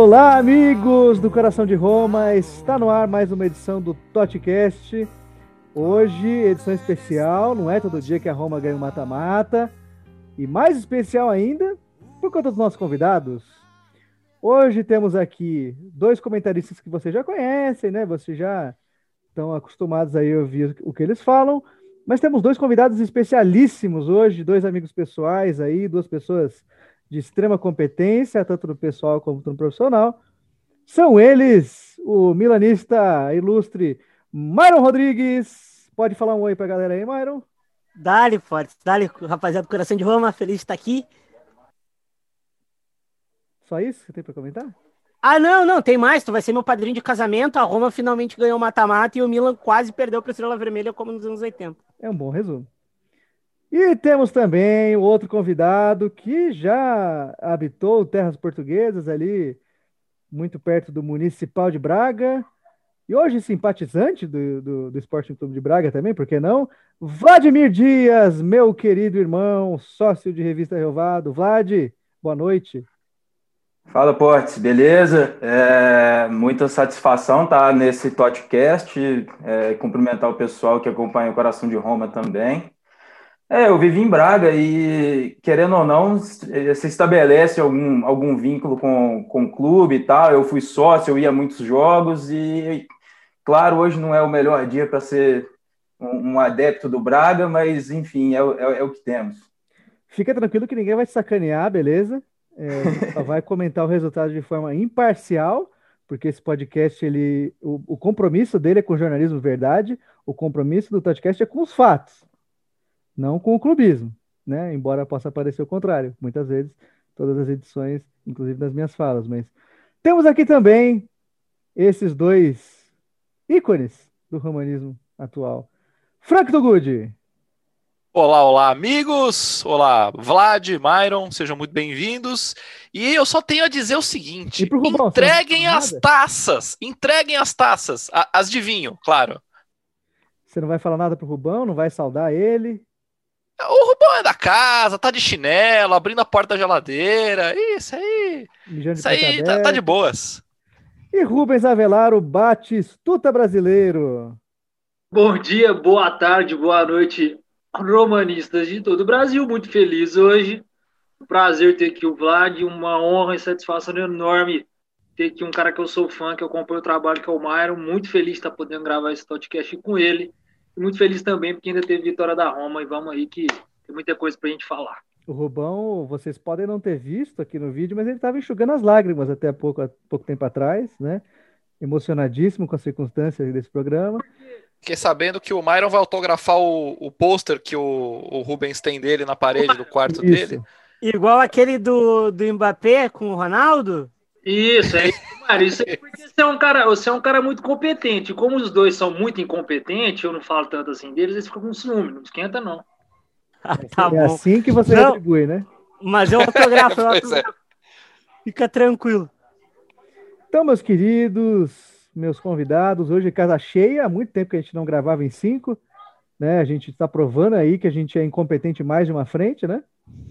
Olá, amigos do Coração de Roma, está no ar mais uma edição do TOTCast. Hoje, edição especial, não é todo dia que a Roma ganha um mata-mata, e mais especial ainda, por conta dos nossos convidados. Hoje temos aqui dois comentaristas que vocês já conhecem, né? Vocês já estão acostumados aí a ouvir o que eles falam, mas temos dois convidados especialíssimos hoje, dois amigos pessoais aí, duas pessoas de extrema competência, tanto no pessoal como no profissional. São eles, o milanista ilustre Myron Rodrigues. Pode falar um oi pra galera aí, Myron? Dale, Fortes. Dale, rapaziada do Coração de Roma, feliz de estar aqui. Só isso que você tem pra comentar? Não, tem mais. Tu vai ser meu padrinho de casamento. A Roma finalmente ganhou o mata-mata e o Milan quase perdeu para a Estrela Vermelha, como nos anos 80. É um bom resumo. E temos também o outro convidado que já habitou terras portuguesas ali, muito perto do Municipal de Braga, e hoje simpatizante do Sporting Clube de Braga também, por que não? Vladimir Dias, meu querido irmão, sócio de Revista Relvado. Vlad, boa noite. Fala, Portes, beleza? Muita satisfação estar nesse podcast, cumprimentar o pessoal que acompanha o Coração de Roma também. Eu vivi em Braga e, querendo ou não, se estabelece algum vínculo com o clube e tal. Eu fui sócio, eu ia a muitos jogos e, claro, hoje não é o melhor dia para ser um adepto do Braga, mas, enfim, é o que temos. Fica tranquilo que ninguém vai te sacanear, beleza? A gente só vai comentar o resultado de forma imparcial, porque esse podcast, o compromisso dele é com o jornalismo verdade, o compromisso do podcast é com os fatos, não com o clubismo, né? Embora possa parecer o contrário, muitas vezes, todas as edições, inclusive nas minhas falas. Mas temos aqui também esses dois ícones do romanismo atual. Frank Togudi. Olá, amigos! Olá, Vlad, Myron, sejam muito bem-vindos. E eu só tenho a dizer o seguinte: Rubão, entreguem as taças! Entreguem as taças! As de vinho, claro. Você não vai falar nada pro Rubão? Não vai saudar ele? O Rubão é da casa, tá de chinelo, abrindo a porta da geladeira. Isso aí. Isso aí tá de boas. E Rubens Avelar, o Batistuta brasileiro. Bom dia, boa tarde, boa noite, romanistas de todo o Brasil. Muito feliz hoje. Prazer ter aqui o Vlad. Uma honra e satisfação enorme ter aqui um cara que eu sou fã, que eu acompanho o trabalho, que é o Myron. Muito feliz de estar podendo gravar esse podcast com ele. E muito feliz também porque ainda teve vitória da Roma. E vamos aí que tem muita coisa pra gente falar. O Rubão, vocês podem não ter visto aqui no vídeo, mas ele estava enxugando as lágrimas até há pouco tempo atrás, né? Emocionadíssimo com as circunstâncias desse programa. Fiquei sabendo que o Myron vai autografar o pôster que o Rubens tem dele na parede do quarto dele. Igual aquele do Mbappé com o Ronaldo? Isso, Mário, isso aí porque você é um cara muito competente. Como os dois são muito incompetentes, eu não falo tanto assim deles, eles ficam com ciúme, não esquenta não. Tá bom. Assim que você retribui, né? Mas eu autografo. Fica tranquilo. Então, meus queridos, meus convidados, hoje casa cheia, há muito tempo que a gente não gravava em 5, né? A gente está provando aí que a gente é incompetente mais de uma frente, né?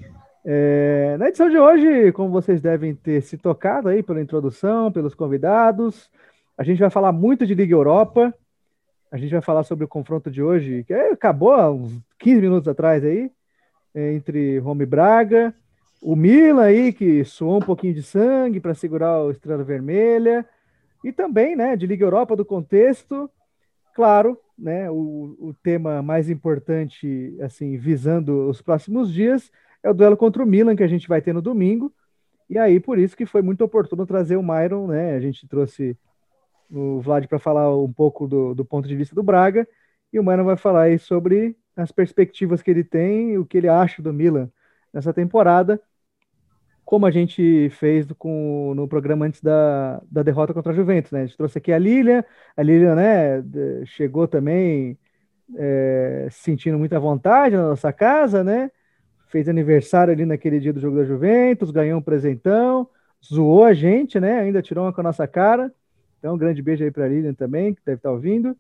Na edição de hoje, como vocês devem ter se tocado aí pela introdução, pelos convidados, a gente vai falar muito de Liga Europa, a gente vai falar sobre o confronto de hoje, que acabou há uns 15 minutos atrás aí, entre Roma e Braga, o Milan aí, que suou um pouquinho de sangue para segurar o Estrela Vermelha, e também, né, de Liga Europa, do contexto, claro, né, o tema mais importante, assim, visando os próximos dias, é o duelo contra o Milan, que a gente vai ter no domingo, e aí por isso que foi muito oportuno trazer o Myron, né, a gente trouxe o Vlad para falar um pouco do ponto de vista do Braga, e o Myron vai falar aí sobre as perspectivas que ele tem e o que ele acha do Milan nessa temporada, como a gente fez no programa antes da derrota contra a Juventus, né? A gente trouxe aqui a Lilian, né, chegou também sentindo muita vontade na nossa casa, né? Fez aniversário ali naquele dia do jogo da Juventus, ganhou um presentão, zoou a gente, né? Ainda tirou uma com a nossa cara. Então, um grande beijo aí para a Lilian também, que deve estar ouvindo.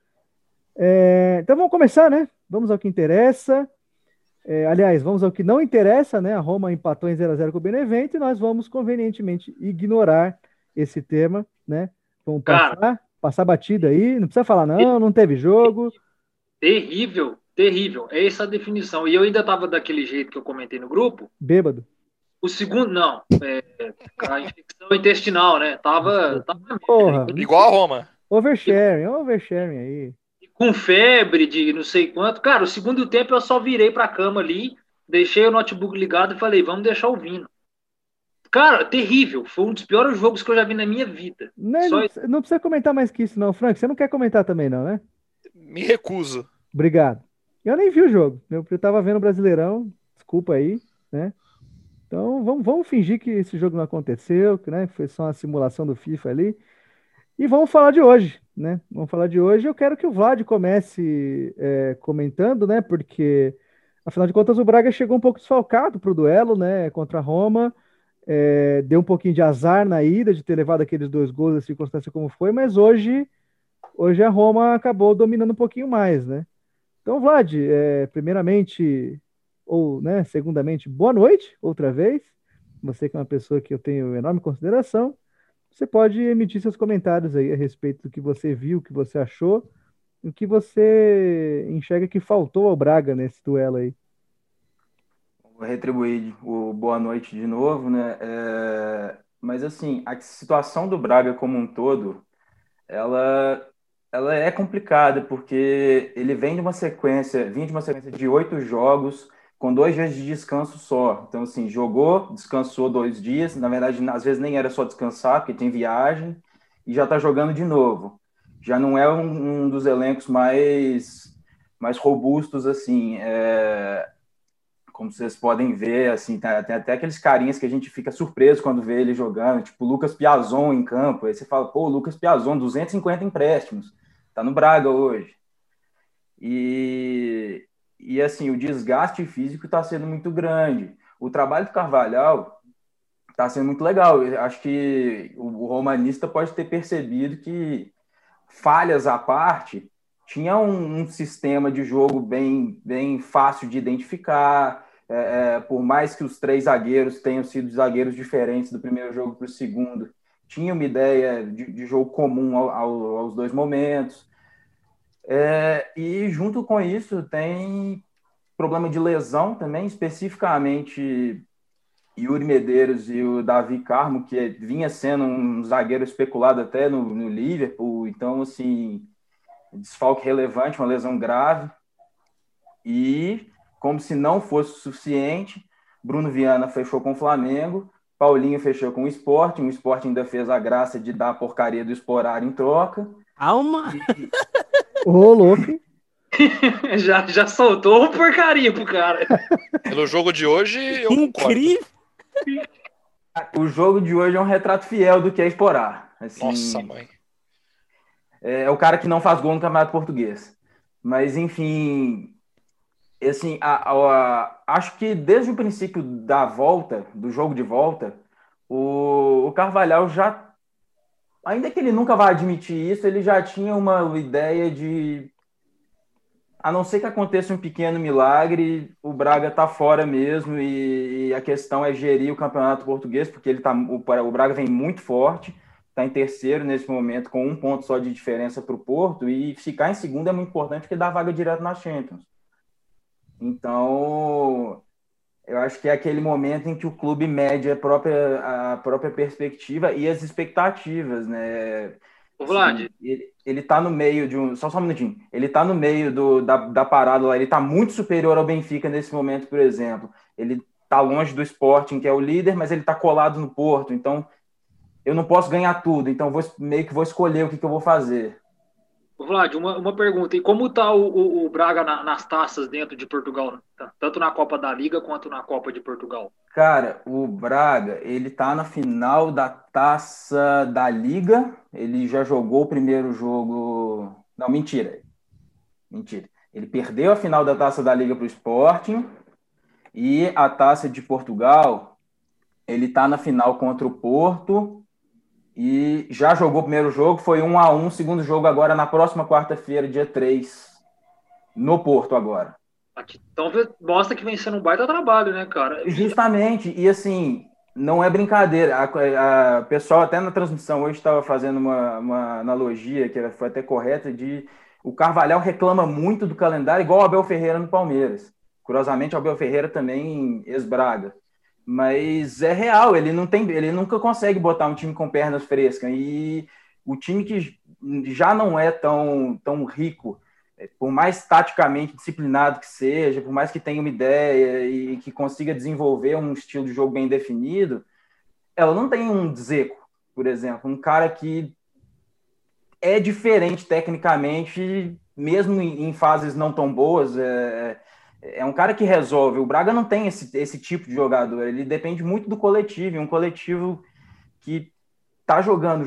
Então, vamos começar, né? Vamos ao que interessa. Aliás, vamos ao que não interessa, né? A Roma empatou em 0-0 com o Benevento e nós vamos convenientemente ignorar esse tema, né? Vamos passar batida aí, não precisa falar não teve jogo. Terrível, terrível, é essa a definição. E eu ainda tava daquele jeito que eu comentei no grupo. Bêbado. O segundo, não, a infecção intestinal, né? Tava Porra, igual a Roma. Oversharing aí. Com febre de não sei quanto. Cara, o segundo tempo eu só virei pra cama ali, deixei o notebook ligado e falei, vamos deixar ouvindo. Cara, terrível. Foi um dos piores jogos que eu já vi na minha vida. Não precisa comentar mais que isso, não, Frank. Você não quer comentar também, não, né? Me recuso. Obrigado. Eu nem vi o jogo. Eu tava vendo o Brasileirão. Desculpa aí, né? Então, vamos fingir que esse jogo não aconteceu, que, né, foi só uma simulação do FIFA ali. E vamos falar de hoje, né? Vamos falar de hoje. Eu quero que o Vlad comece comentando, né? Porque, afinal de contas, o Braga chegou um pouco desfalcado para o duelo, né? Contra a Roma. Deu um pouquinho de azar na ida de ter levado aqueles 2 gols, a circunstância como foi, mas hoje a Roma acabou dominando um pouquinho mais, né? Então, Vlad, primeiramente, ou, né, segundamente, boa noite, outra vez. Você que é uma pessoa que eu tenho enorme consideração. Você pode emitir seus comentários aí a respeito do que você viu, o que você achou, e o que você enxerga que faltou ao Braga nesse duelo aí. Vou retribuir o boa noite de novo, né? Mas assim, a situação do Braga como um todo, ela é complicada, porque ele vinha de uma sequência de 8 jogos, com 2 dias de descanso só. Então, assim, jogou, descansou 2 dias. Na verdade, às vezes nem era só descansar, porque tem viagem, e já está jogando de novo. Já não é um dos elencos mais robustos, assim. Como vocês podem ver, assim, tem até aqueles carinhas que a gente fica surpreso quando vê ele jogando, tipo o Lucas Piazon em campo. Aí você fala, pô, Lucas Piazon, 250 empréstimos, tá no Braga hoje. E assim, o desgaste físico está sendo muito grande. O trabalho do Carvalhal está sendo muito legal. Eu acho que o romanista pode ter percebido que, falhas à parte, tinha um sistema de jogo bem fácil de identificar. Por mais que os 3 zagueiros tenham sido zagueiros diferentes do primeiro jogo para o segundo, tinha uma ideia de jogo comum aos 2 momentos. E junto com isso tem problema de lesão também, especificamente Yuri Medeiros e o Davi Carmo, que vinha sendo um zagueiro especulado até no Liverpool. Então, assim, desfalque relevante, uma lesão grave. E, como se não fosse suficiente, Bruno Viana fechou com o Flamengo, Paulinho fechou com o Sporting ainda fez a graça de dar a porcaria do Sporar em troca. Calma! Ô, louco! já soltou porcaria pro cara. Pelo jogo de hoje, eu concordo. Incrível! O jogo de hoje é um retrato fiel do que é Sporar. Assim, nossa, mãe. É o cara que não faz gol no Campeonato Português. Mas, enfim, assim, acho que desde o princípio do jogo de volta, o Carvalhal já, ainda que ele nunca vá admitir isso, ele já tinha uma ideia de, a não ser que aconteça um pequeno milagre, o Braga tá fora mesmo, e a questão é gerir o Campeonato Português, porque o Braga vem muito forte, está em terceiro nesse momento, com 1 ponto só de diferença para o Porto, e ficar em segundo é muito importante, porque dá vaga direto na Champions. Então, eu acho que é aquele momento em que o clube mede a própria perspectiva e as expectativas, né? Ô, Vlad. Ele tá no meio de um... Só um minutinho. Ele tá no meio da parada lá. Ele tá muito superior ao Benfica nesse momento, por exemplo. Ele tá longe do Sporting, que é o líder, mas ele tá colado no Porto. Então, eu não posso ganhar tudo. Então, meio que vou escolher o que eu vou fazer. Ô, Vlad, uma pergunta. E como tá o Braga nas taças dentro de Portugal? Tanto na Copa da Liga quanto na Copa de Portugal? Cara, o Braga, ele tá na final da Taça da Liga. Ele já jogou o primeiro jogo... Não, mentira. Ele perdeu a final da Taça da Liga para o Sporting. E a Taça de Portugal, ele tá na final contra o Porto. E já jogou o primeiro jogo, foi 1-1. Segundo jogo agora na próxima quarta-feira, dia 3, no Porto agora. Então mostra que vem sendo um baita trabalho, né, cara? Justamente, e assim, Não é brincadeira. A pessoal até na transmissão hoje estava fazendo uma analogia que foi até correta de o Carvalhal reclama muito do calendário, igual o Abel Ferreira no Palmeiras. Curiosamente, o Abel Ferreira também ex-Braga. Mas é real, ele nunca consegue botar um time com pernas frescas. E o time que já não é tão rico, por mais taticamente disciplinado que seja, por mais que tenha uma ideia e que consiga desenvolver um estilo de jogo bem definido, ela não tem um Dzeko, por exemplo, um cara que é diferente tecnicamente, mesmo em fases não tão boas, é um cara que resolve. O Braga não tem esse tipo de jogador, ele depende muito do coletivo, e um coletivo que tá jogando,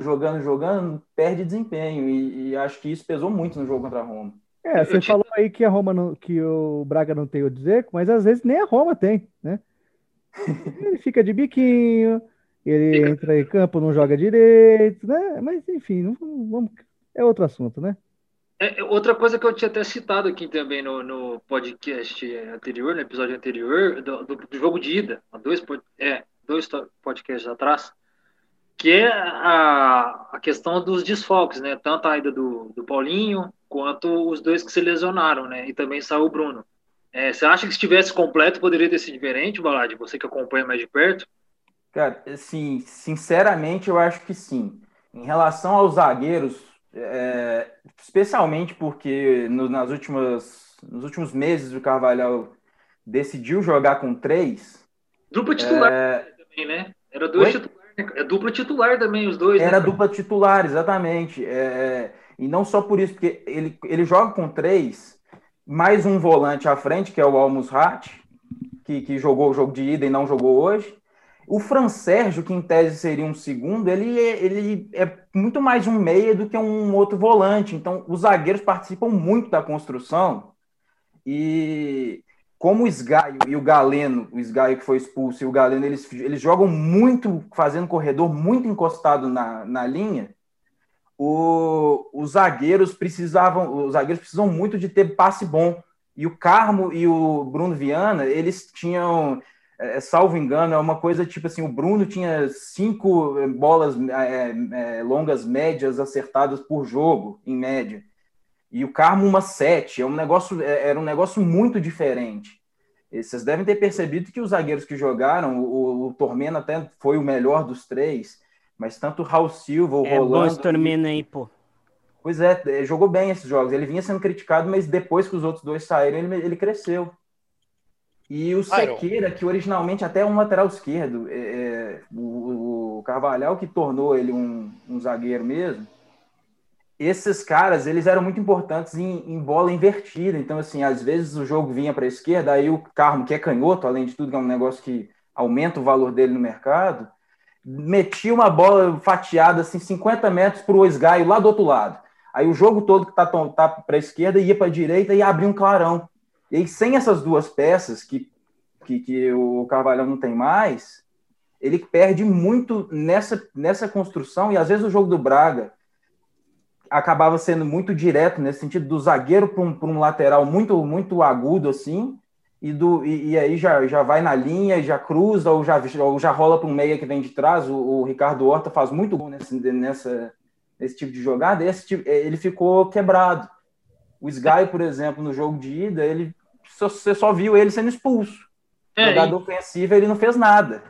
perde desempenho, e acho que isso pesou muito no jogo contra a Roma. Você falou aí que a Roma que o Braga não tem o Dzeko, mas às vezes nem a Roma tem, né? Ele fica de biquinho, ele entra em campo, não joga direito, né? Mas enfim, vamos, é outro assunto, né? Outra coisa que eu tinha até citado aqui também no podcast anterior, no episódio anterior, do jogo de ida, dois podcasts atrás, que é a questão dos desfalques, né? Tanto a ida do Paulinho, quanto os dois que se lesionaram, né? E também saiu o Bruno. Você acha que se estivesse completo poderia ter sido diferente, Baladi? Você que acompanha mais de perto? Cara, assim, sinceramente, eu acho que sim. Em relação aos zagueiros, especialmente porque nos últimos meses o Carvalhal decidiu jogar com 3. Dupla titular também, né? Era dois titulares. É dupla titular também, os dois. Era né? dupla titular, exatamente. E não só por isso, porque ele joga com 3, mais um volante à frente, que é o Al-Musrat, que jogou o jogo de ida e não jogou hoje. O Fran Sérgio, que em tese seria um segundo, ele é muito mais um meia do que um outro volante. Então, os zagueiros participam muito da construção. E como o Sgaio e o Galeno, o Sgaio que foi expulso e o Galeno, eles jogam muito, fazendo corredor muito encostado na linha, os zagueiros precisam muito de ter passe bom. E o Carmo e o Bruno Viana, eles tinham, salvo engano, é uma coisa tipo assim, o Bruno tinha 5 bolas longas médias acertadas por jogo, em média. E o Carmo umas 7. Era um negócio muito diferente. E vocês devem ter percebido que os zagueiros que jogaram, o Tormena até foi o melhor dos 3, mas tanto o Raul Silva, o Rolando... bom esse Tormena aí, pô. Pois jogou bem esses jogos. Ele vinha sendo criticado, mas depois que os outros dois saíram, ele cresceu. E o Sequeira, que originalmente até é um lateral esquerdo, o Carvalhal que tornou ele um zagueiro mesmo, esses caras, eles eram muito importantes em bola invertida. Então, assim, às vezes o jogo vinha para a esquerda, aí o Carmo, que é canhoto, além de tudo, que é um negócio que aumenta o valor dele no mercado, metia uma bola fatiada, assim, 50 metros para o Esgaio lá do outro lado. Aí o jogo todo que tá para a esquerda ia para a direita e abria um clarão. E aí, sem essas duas peças, que o Carvalhal não tem mais, ele perde muito nessa construção. E às vezes o jogo do Braga acabava sendo muito direto, nesse sentido, do zagueiro para um lateral muito, muito agudo, assim, e aí já vai na linha, já cruza, ou já rola para um meia que vem de trás. O Ricardo Horta faz muito gol nesse tipo de jogada, ele ficou quebrado. O Sgaio, por exemplo, no jogo de ida, você só viu ele sendo expulso. Jogador ofensivo, ele não fez nada.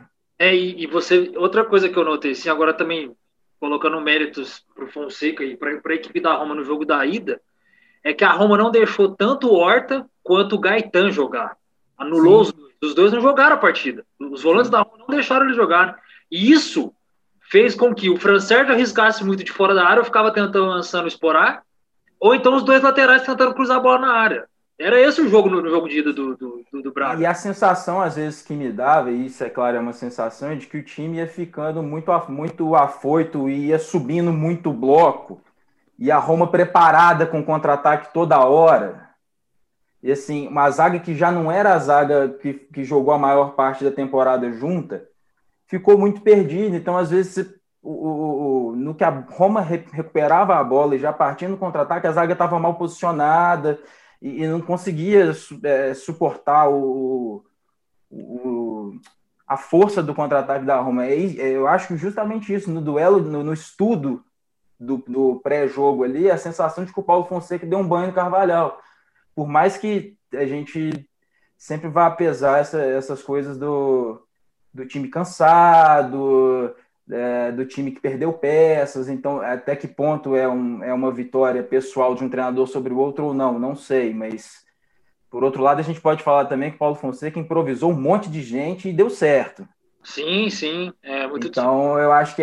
Outra coisa que eu notei, assim, agora também colocando méritos para o Fonseca e para a equipe da Roma no jogo da ida, é que a Roma não deixou tanto o Horta quanto o Gaetan jogar. Anulou os dois. Os dois não jogaram a partida. Os volantes da Roma não deixaram eles jogar. E isso fez com que o Fran Sérgio arriscasse muito de fora da área, ou ficava tentando lançando explorar, ou então os dois laterais tentando cruzar a bola na área. Era esse o jogo no jogo de ida do Braga. E a sensação, às vezes, que me dava, e isso, é claro, é uma sensação, é de que o time ia ficando muito afoito e ia subindo muito bloco. E a Roma preparada com contra-ataque toda hora. E assim, uma zaga que já não era a zaga que jogou a maior parte da temporada junta, ficou muito perdida. Então, às vezes, no que a Roma recuperava a bola e já partindo no contra-ataque, a zaga estava mal posicionada e não conseguia suportar a força do contra-ataque da Roma. Eu acho justamente isso, no duelo, no estudo do pré-jogo ali, a sensação de que o Paulo Fonseca deu um banho no Carvalhal. Por mais que a gente sempre vá pesar essas coisas do time cansado, do time que perdeu peças, então até que ponto é uma vitória pessoal de um treinador sobre o outro ou não sei, mas por outro lado a gente pode falar também que o Paulo Fonseca improvisou um monte de gente e deu certo. Sim, muito então eu acho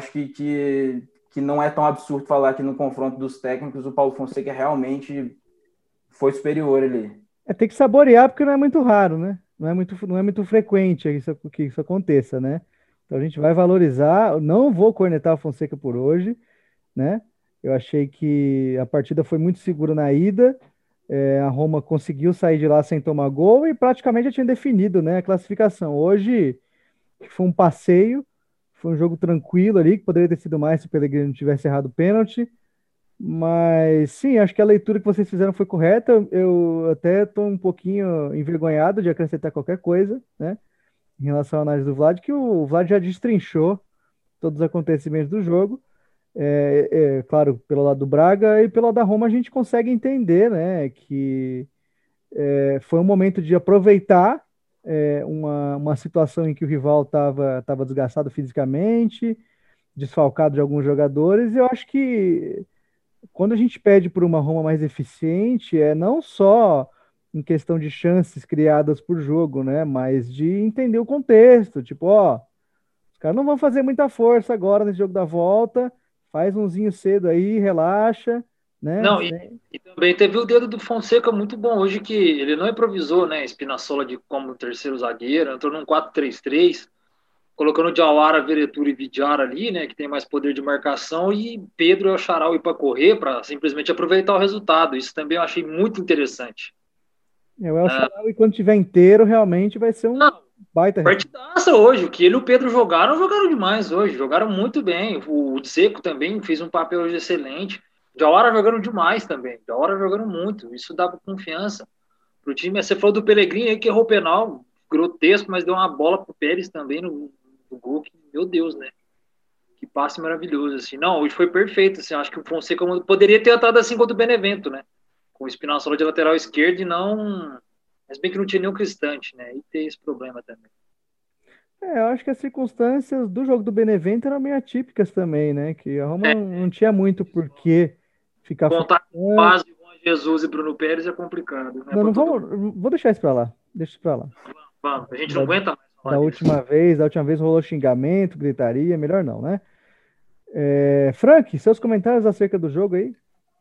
que não é tão absurdo falar que no confronto dos técnicos o Paulo Fonseca realmente foi superior ali. Tem que saborear porque não é muito raro, né? Não é muito frequente que isso aconteça, né? Então a gente vai valorizar. Eu não vou cornetar o Fonseca por hoje, né? Eu achei que a partida foi muito segura na ida. A Roma conseguiu sair de lá sem tomar gol e praticamente já tinha definido, né, a classificação. Hoje foi um passeio, foi um jogo tranquilo ali, que poderia ter sido mais se o Pellegrini não tivesse errado o pênalti. Mas sim, acho que a leitura que vocês fizeram foi correta. Eu até estou um pouquinho envergonhado de acrescentar qualquer coisa, né, em relação à análise do Vlad, que o Vlad já destrinchou todos os acontecimentos do jogo. Claro, pelo lado do Braga e pelo lado da Roma a gente consegue entender, né, que foi um momento de aproveitar uma situação em que o rival estava desgastado fisicamente, desfalcado de alguns jogadores. E eu acho que quando a gente pede por uma Roma mais eficiente, não só em questão de chances criadas por jogo, né, mas de entender o contexto. Tipo, os caras não vão fazer muita força agora nesse jogo da volta, faz umzinho cedo aí, relaxa, né? Não, e também teve o dedo do Fonseca muito bom hoje, que ele não improvisou, né, Spinazzola como terceiro zagueiro, entrou num 4-3-3, colocando o Diawara, Veretout e Vidiar ali, né, que tem mais poder de marcação, e Pedro e o Charal ir para correr, para simplesmente aproveitar o resultado. Isso também eu achei muito interessante. O El Charal, e quando tiver inteiro, realmente vai ser um baita. Partidaça hoje. O que ele e o Pedro jogaram demais hoje. Jogaram muito bem. O Dzeko também fez um papel hoje excelente. O Diawara jogando demais também. O Diawara jogando muito. Isso dava confiança pro time. Você falou do Pellegrini aí, que errou penal grotesco, mas deu uma bola pro Pérez também no gol. Meu Deus, né? Que passe maravilhoso, assim. Não, hoje foi perfeito, assim. Acho que o Fonseca poderia ter entrado assim contra o Benevento, né? Com o Spinazzola de lateral esquerdo e não... Mas bem que não tinha nenhum Cristante, né? E tem esse problema também. Eu acho que as circunstâncias do jogo do Benevento eram meio atípicas também, né? Que a Roma não tinha muito por que ficar... Contar com base de Juan Jesus e Bruno Pérez é complicado, né? Não vou deixar isso pra lá. Deixa isso pra lá. Vamos. A gente não aguenta mais. Da última vez rolou xingamento, gritaria, melhor não, né? Frank, seus comentários acerca do jogo aí?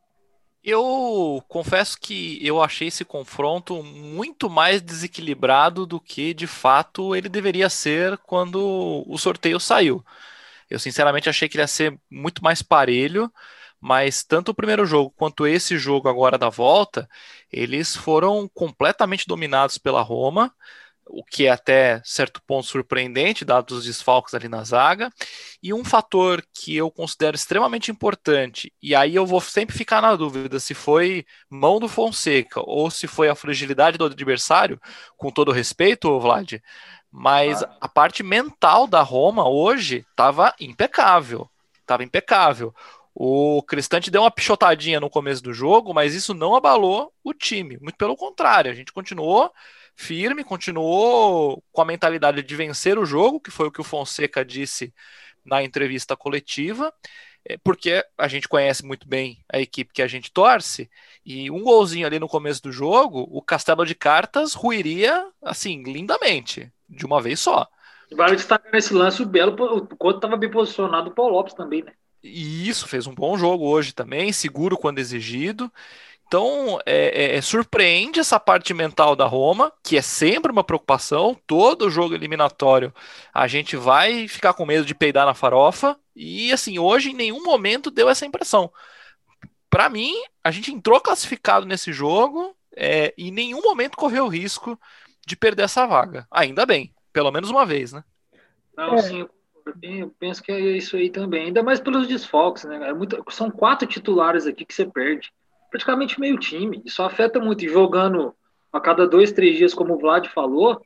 Eu confesso que eu achei esse confronto muito mais desequilibrado do que, de fato, ele deveria ser quando o sorteio saiu. Eu, sinceramente, achei que ele ia ser muito mais parelho, mas tanto o primeiro jogo quanto esse jogo agora da volta, eles foram completamente dominados pela Roma, o que é até certo ponto surpreendente, dados os desfalques ali na zaga. E um fator que eu considero extremamente importante, e aí eu vou sempre ficar na dúvida se foi mão do Fonseca ou se foi a fragilidade do adversário, com todo respeito, Vlad, mas a parte mental da Roma hoje estava impecável. O Cristante deu uma pichotadinha no começo do jogo, mas isso não abalou o time, muito pelo contrário, a gente continuou firme, continuou com a mentalidade de vencer o jogo, que foi o que o Fonseca disse na entrevista coletiva, porque a gente conhece muito bem a equipe que a gente torce, e um golzinho ali no começo do jogo, o castelo de cartas ruiria, assim, lindamente, de uma vez só. Vale destacar nesse lance o Belo, quanto estava bem posicionado o Paulo Lopes também, né? E isso, fez um bom jogo hoje também, seguro quando exigido. Então, surpreende essa parte mental da Roma, que é sempre uma preocupação. Todo jogo eliminatório a gente vai ficar com medo de peidar na farofa. E, assim, hoje em nenhum momento deu essa impressão. Para mim, a gente entrou classificado nesse jogo e em nenhum momento correu o risco de perder essa vaga. Ainda bem, pelo menos uma vez, né? Não, sim, eu penso que é isso aí também. Ainda mais pelos desfalques, né? São 4 titulares aqui que você perde. Praticamente meio time. Isso afeta muito. E jogando a cada 2, 3 dias, como o Vlad falou,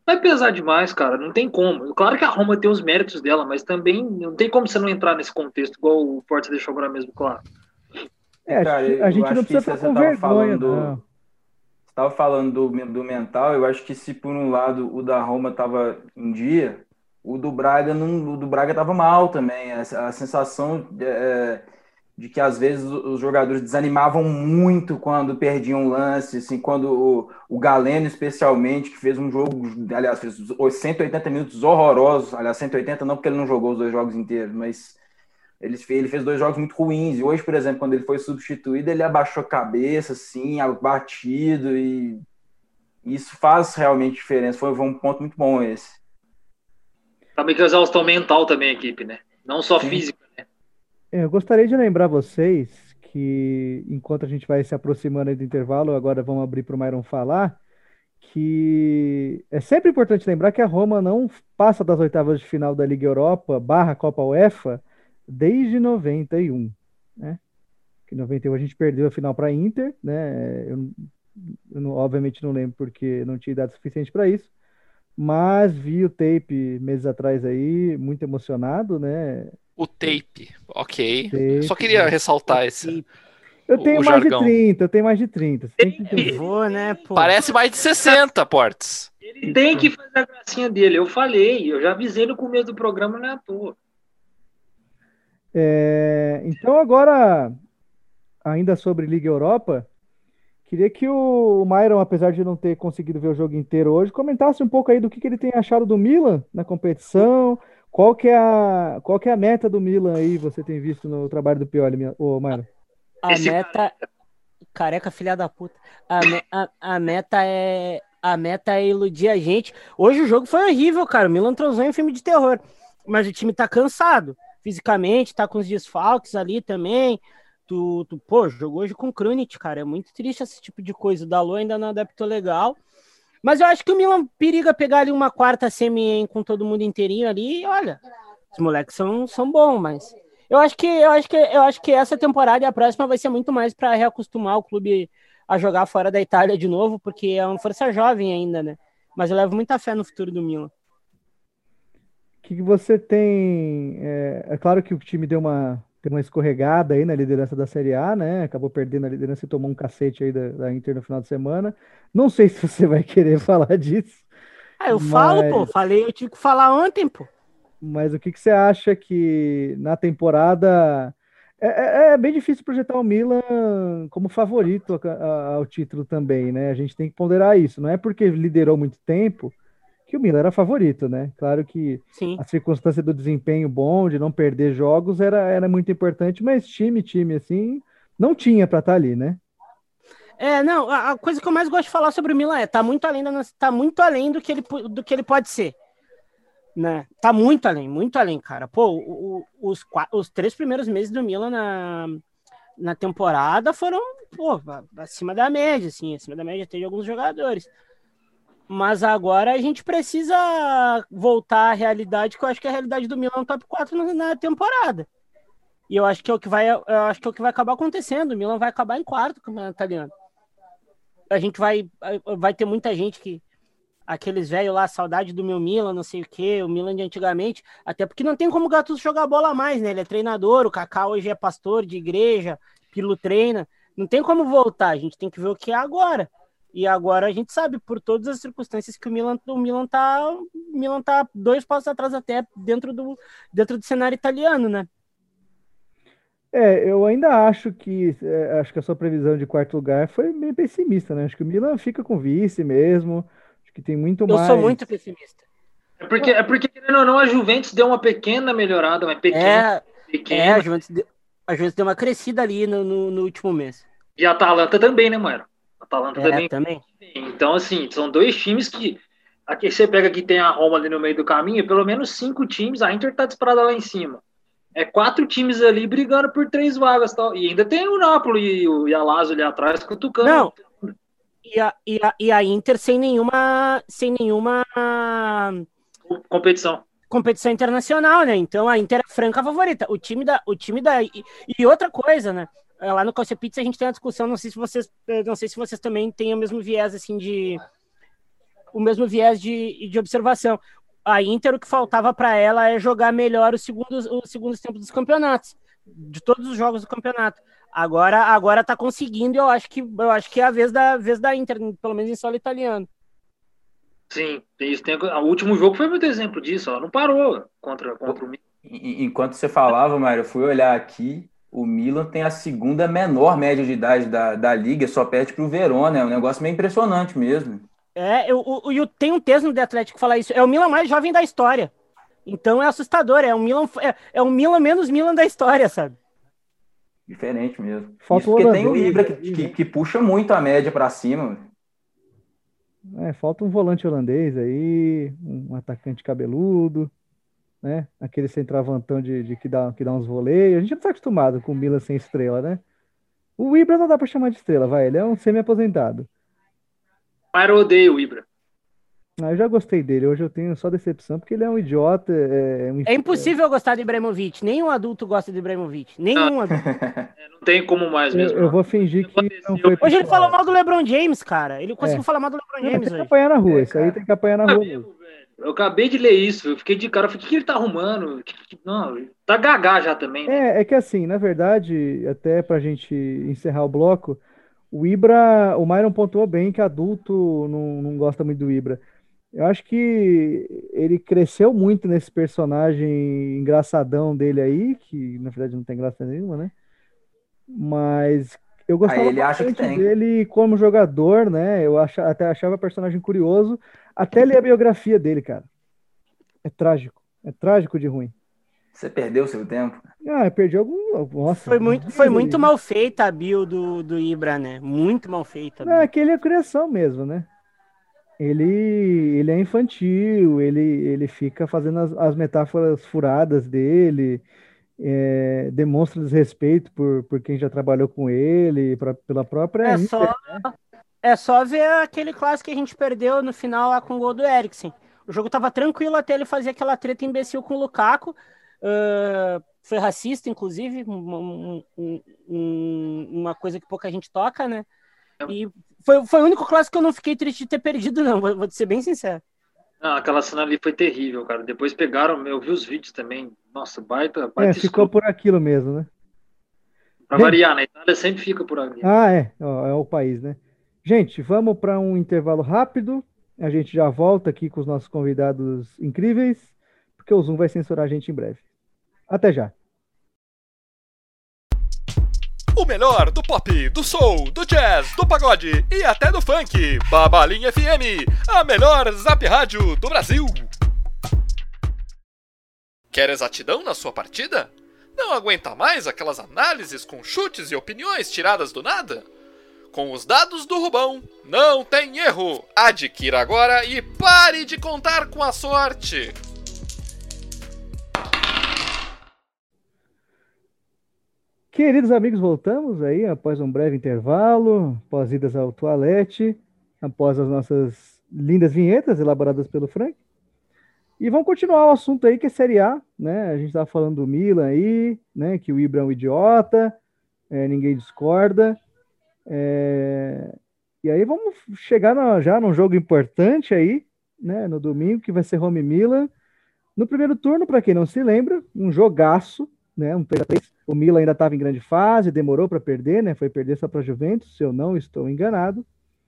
vai pesar demais, cara. Não tem como. Claro que a Roma tem os méritos dela, mas também não tem como você não entrar nesse contexto, igual o Porto deixou agora mesmo claro. Cara, A eu gente não acho que precisa se ficar você com tava vergonha, falando, não. estava falando do mental, eu acho que se por um lado o da Roma estava em dia, o do Braga não, o do Braga estava mal também. A sensação de que às vezes os jogadores desanimavam muito quando perdiam um lance, assim, quando o Galeno especialmente, que fez um jogo, aliás, fez 180 minutos horrorosos, aliás, 180 não porque ele não jogou os 2 jogos inteiros, mas ele fez 2 jogos muito ruins. E hoje, por exemplo, quando ele foi substituído, ele abaixou a cabeça, assim, abatido, e isso faz realmente diferença. Foi um ponto muito bom esse. Também que a exaustão mental também, a equipe, né? Não só Sim. física, né? Eu gostaria de lembrar vocês que, enquanto a gente vai se aproximando aí do intervalo, agora vamos abrir para o Myron falar, que é sempre importante lembrar que a Roma não passa das oitavas de final da Liga Europa / Copa UEFA desde 91, né? Que em 91 a gente perdeu a final para a Inter, né? Obviamente não lembro porque não tinha idade suficiente para isso, mas vi o tape meses atrás aí, muito emocionado, né? O tape, ok. Só Tape, queria ressaltar esse, eu tenho o mais de jargão. 30, eu tenho mais de 30. Você tem que entender. Vou, né, pô? Parece mais de 60, Portes. Ele tem que fazer a gracinha dele. Eu falei, eu já avisei no começo do programa, não é à toa. Então agora, ainda sobre Liga Europa, queria que o Myron, apesar de não ter conseguido ver o jogo inteiro hoje, comentasse um pouco aí do que ele tem achado do Milan na competição, qual que é a meta do Milan aí, você tem visto no trabalho do Pioli, ô Myron? A meta... Careca, filha da puta. A meta é iludir a gente. Hoje o jogo foi horrível, cara. O Milan transou em filme de terror. Mas o time tá cansado. Fisicamente, tá com os desfalques ali também. Pô, jogou hoje com o Krunic, cara. É muito triste esse tipo de coisa. O Dalot ainda não adaptou legal. Mas eu acho que o Milan periga pegar ali uma quarta semi com todo mundo inteirinho ali. E olha, os moleques são bons, mas... Eu acho que essa temporada e a próxima vai ser muito mais para reacostumar o clube a jogar fora da Itália de novo, porque é uma força jovem ainda, né? Mas eu levo muita fé no futuro do Milan. O que você tem? É claro que o time deu uma escorregada aí na liderança da Série A, né? Acabou perdendo a liderança e tomou um cacete aí da Inter no final de semana. Não sei se você vai querer falar disso, Eu falo, pô. Eu tive que falar ontem, pô. Mas o que você acha que na temporada é bem difícil projetar o Milan como favorito ao título também, né? A gente tem que ponderar isso. Não é porque liderou muito tempo que o Milan era favorito, né? Claro que Sim. a circunstância do desempenho bom, de não perder jogos, era muito importante, mas time assim, não tinha para estar ali, né? Não, a coisa que eu mais gosto de falar sobre o Milan tá muito além do que ele pode ser. Né? Tá muito além, cara. Pô, os 3 primeiros meses do Milan na temporada foram, pô, acima da média, assim, acima da média até de alguns jogadores. Mas agora a gente precisa voltar à realidade, que eu acho que é a realidade do Milan top 4 na temporada. E eu acho que é o que vai acabar acontecendo. O Milan vai acabar em quarto com o campeonato italiano. A gente vai ter muita gente que aqueles velhos lá, saudade do meu Milan, não sei o que, o Milan de antigamente, até porque não tem como o Gattuso jogar bola mais, né? Ele é treinador, o Kaká hoje é pastor de igreja, Pirlo treina, não tem como voltar, a gente tem que ver o que é agora. E agora a gente sabe, por todas as circunstâncias, que o Milan tá 2 passos atrás até dentro do cenário italiano, né? Eu ainda acho que a sua previsão de quarto lugar foi meio pessimista, né? Acho que o Milan fica com vice mesmo. Acho que tem muito mais. Eu sou muito pessimista. É porque, querendo ou não, a Juventus deu uma pequena melhorada, mas pequena. A Juventus deu uma crescida ali no último mês. E a Atalanta também, né, mano? A Atalanta também. Então, assim, são 2 times que... Aqui você pega que tem a Roma ali no meio do caminho, pelo menos 5 times, a Inter tá disparada lá em cima. 4 times ali brigando por 3 vagas, tal. E ainda tem o Napoli e a Lazio ali atrás cutucando. Não. E a Inter sem nenhuma competição internacional, né? Então a Inter é franca favorita. O time da e outra coisa, né? Lá no Calcio Pizza a gente tem uma discussão, não sei se vocês também têm o mesmo viés assim de viés de observação. A Inter, o que faltava para ela é jogar melhor os segundos tempos dos campeonatos, de todos os jogos do campeonato. Agora tá conseguindo, e eu acho que é a vez da Inter, pelo menos em solo italiano. Sim, isso o último jogo foi muito exemplo disso, ela não parou contra o Milan. Enquanto você falava, Mário, eu fui olhar aqui, o Milan tem a segunda menor média de idade da liga, só perde pro Verona, é um negócio meio impressionante mesmo. Tem um texto no The Athletic que fala isso, é o Milan mais jovem da história. Então é assustador, é o Milan menos Milan da história, sabe? Diferente mesmo. Falta isso porque tem o holandês Ibra aí, que puxa muito a média para cima. Falta um volante holandês aí, um atacante cabeludo, né? Aquele centroavantão que dá uns voleios. A gente não tá acostumado com o Milan sem estrela, né? O Ibra não dá pra chamar de estrela, vai. Ele é um semi-aposentado. Mas eu odeio o Ibra. Eu já gostei dele. Hoje eu tenho só decepção, porque ele é um idiota. É impossível gostar de Ibrahimovic. Nenhum adulto gosta de Ibrahimovic. Nenhum adulto. Não tem como mais mesmo. Eu vou fingir que não foi. Hoje ele falou mal do LeBron James, cara. Ele conseguiu falar mal do LeBron James tem que hoje. apanhar na rua. Isso aí tem que apanhar na rua. Eu acabei de ler isso. Eu fiquei de cara. Eu falei, o que ele tá arrumando? Não, tá gagá já também. Né? É que assim, na verdade, até pra gente encerrar o bloco, o Ibra, o Myron pontuou bem que adulto não gosta muito do Ibra. Eu acho que ele cresceu muito nesse personagem engraçadão dele aí, que na verdade não tem graça nenhuma, né? Mas eu gostava ele acha que bastante tem. dele como jogador, né? Eu até achava o personagem curioso, até ler a biografia dele, cara. É trágico de ruim. Você perdeu o seu tempo? Eu perdi algum. Nossa, foi muito mal feita a bio do Ibra, né? Muito mal feita. Não, aquele é criação mesmo, né? Ele é infantil, ele fica fazendo as metáforas furadas dele, demonstra desrespeito por quem já trabalhou com ele, pela própria Inter, né? É só ver aquele clássico que a gente perdeu no final lá com o gol do Eriksen. O jogo tava tranquilo até ele fazer aquela treta imbecil com o Lukaku. Foi racista, inclusive, uma coisa que pouca gente toca, né? E foi o único clássico que eu não fiquei triste de ter perdido, não. Vou ser bem sincero. Não, aquela cena ali foi terrível, cara. Depois pegaram, eu vi os vídeos também. Nossa, baita ficou escroto. por aquilo mesmo, né? Pra variar, na Itália sempre fica por ali. É o país, né? Gente, vamos para um intervalo rápido. A gente já volta aqui com os nossos convidados incríveis, porque o Zoom vai censurar a gente em breve. Até já. O melhor do pop, do soul, do jazz, do pagode e até do funk. Babalim FM, a melhor zap rádio do Brasil. Quer exatidão na sua partida? Não aguenta mais aquelas análises com chutes e opiniões tiradas do nada? Com os dados do Rubão, não tem erro. Adquira agora e pare de contar com a sorte. Queridos amigos, voltamos aí após um breve intervalo, após idas ao toalete, após as nossas lindas vinhetas elaboradas pelo Frank. E vamos continuar o assunto aí que é Série A, né? A gente estava falando do Milan aí, né? Que o Ibra é um idiota, ninguém discorda. E aí vamos chegar já num jogo importante aí, né? No domingo, que vai ser Roma e Milan. No primeiro turno, para quem não se lembra, um jogaço, né? Um 3-3. O Milan ainda estava em grande fase, demorou para perder, né? Foi perder só para a Juventus, se eu não estou enganado.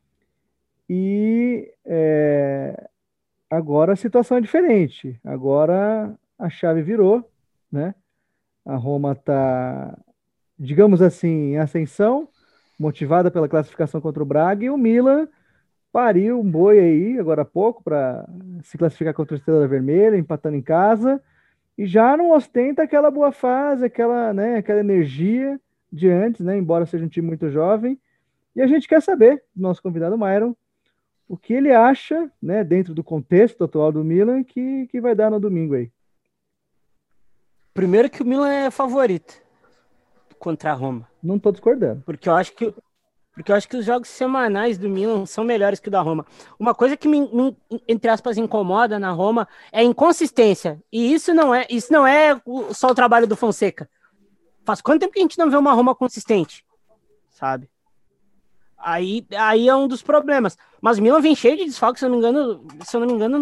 E agora a situação é diferente. Agora a chave virou, né? A Roma está, digamos assim, em ascensão, motivada pela classificação contra o Braga, e o Milan pariu um boi aí, agora há pouco, para se classificar contra o Estrela Vermelha, empatando em casa. E já não ostenta aquela boa fase, aquela energia de antes, né? Embora seja um time muito jovem. E a gente quer saber, do nosso convidado Myron, o que ele acha, né, dentro do contexto atual do Milan, que vai dar no domingo aí. Primeiro que o Milan é favorito contra a Roma. Não estou discordando. Porque eu acho que os jogos semanais do Milan são melhores que o da Roma. Uma coisa que me entre aspas, incomoda na Roma é a inconsistência. E isso não é só o trabalho do Fonseca. Faz quanto tempo que a gente não vê uma Roma consistente? Sabe? Aí é um dos problemas. Mas o Milan vem cheio de desfalques, se eu não me engano,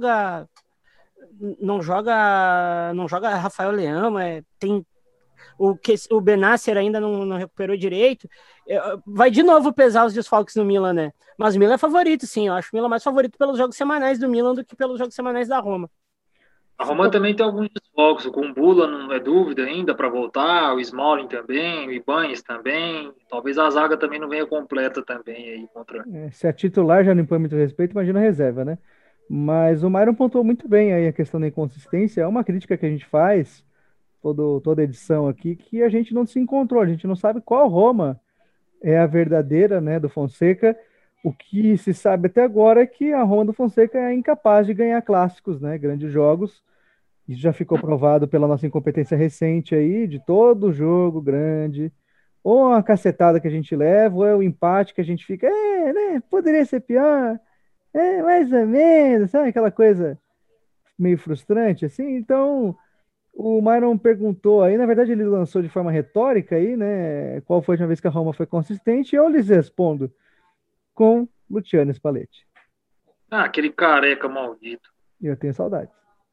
não joga Rafael Leão, tem o Benasser ainda não recuperou direito. Vai de novo pesar os desfalques no Milan, né? Mas o Milan é favorito, sim. Eu acho o Milan mais favorito pelos jogos semanais do Milan do que pelos jogos semanais da Roma. A Roma também tem alguns desfalques. O Kumbula não é dúvida ainda para voltar, o Smalling também, o Ibanez também. Talvez a zaga também não venha completa também aí contra. Se a titular já não impõe muito respeito, imagina a reserva, né? Mas o Myron pontuou muito bem aí a questão da inconsistência. É uma crítica que a gente faz, toda edição aqui, que a gente não se encontrou, a gente não sabe qual Roma é a verdadeira, né, do Fonseca. O que se sabe até agora é que a Roma do Fonseca é incapaz de ganhar clássicos, né, grandes jogos. Isso já ficou provado pela nossa incompetência recente aí, de todo jogo grande. Ou a cacetada que a gente leva, ou é o empate que a gente fica, né, poderia ser pior, mais ou menos, sabe aquela coisa meio frustrante, assim? Então, o Myron perguntou aí, na verdade ele lançou de forma retórica aí, né, qual foi a última vez que a Roma foi consistente, e eu lhes respondo com Luciano Spalletti. Aquele careca maldito. E eu tenho saudades.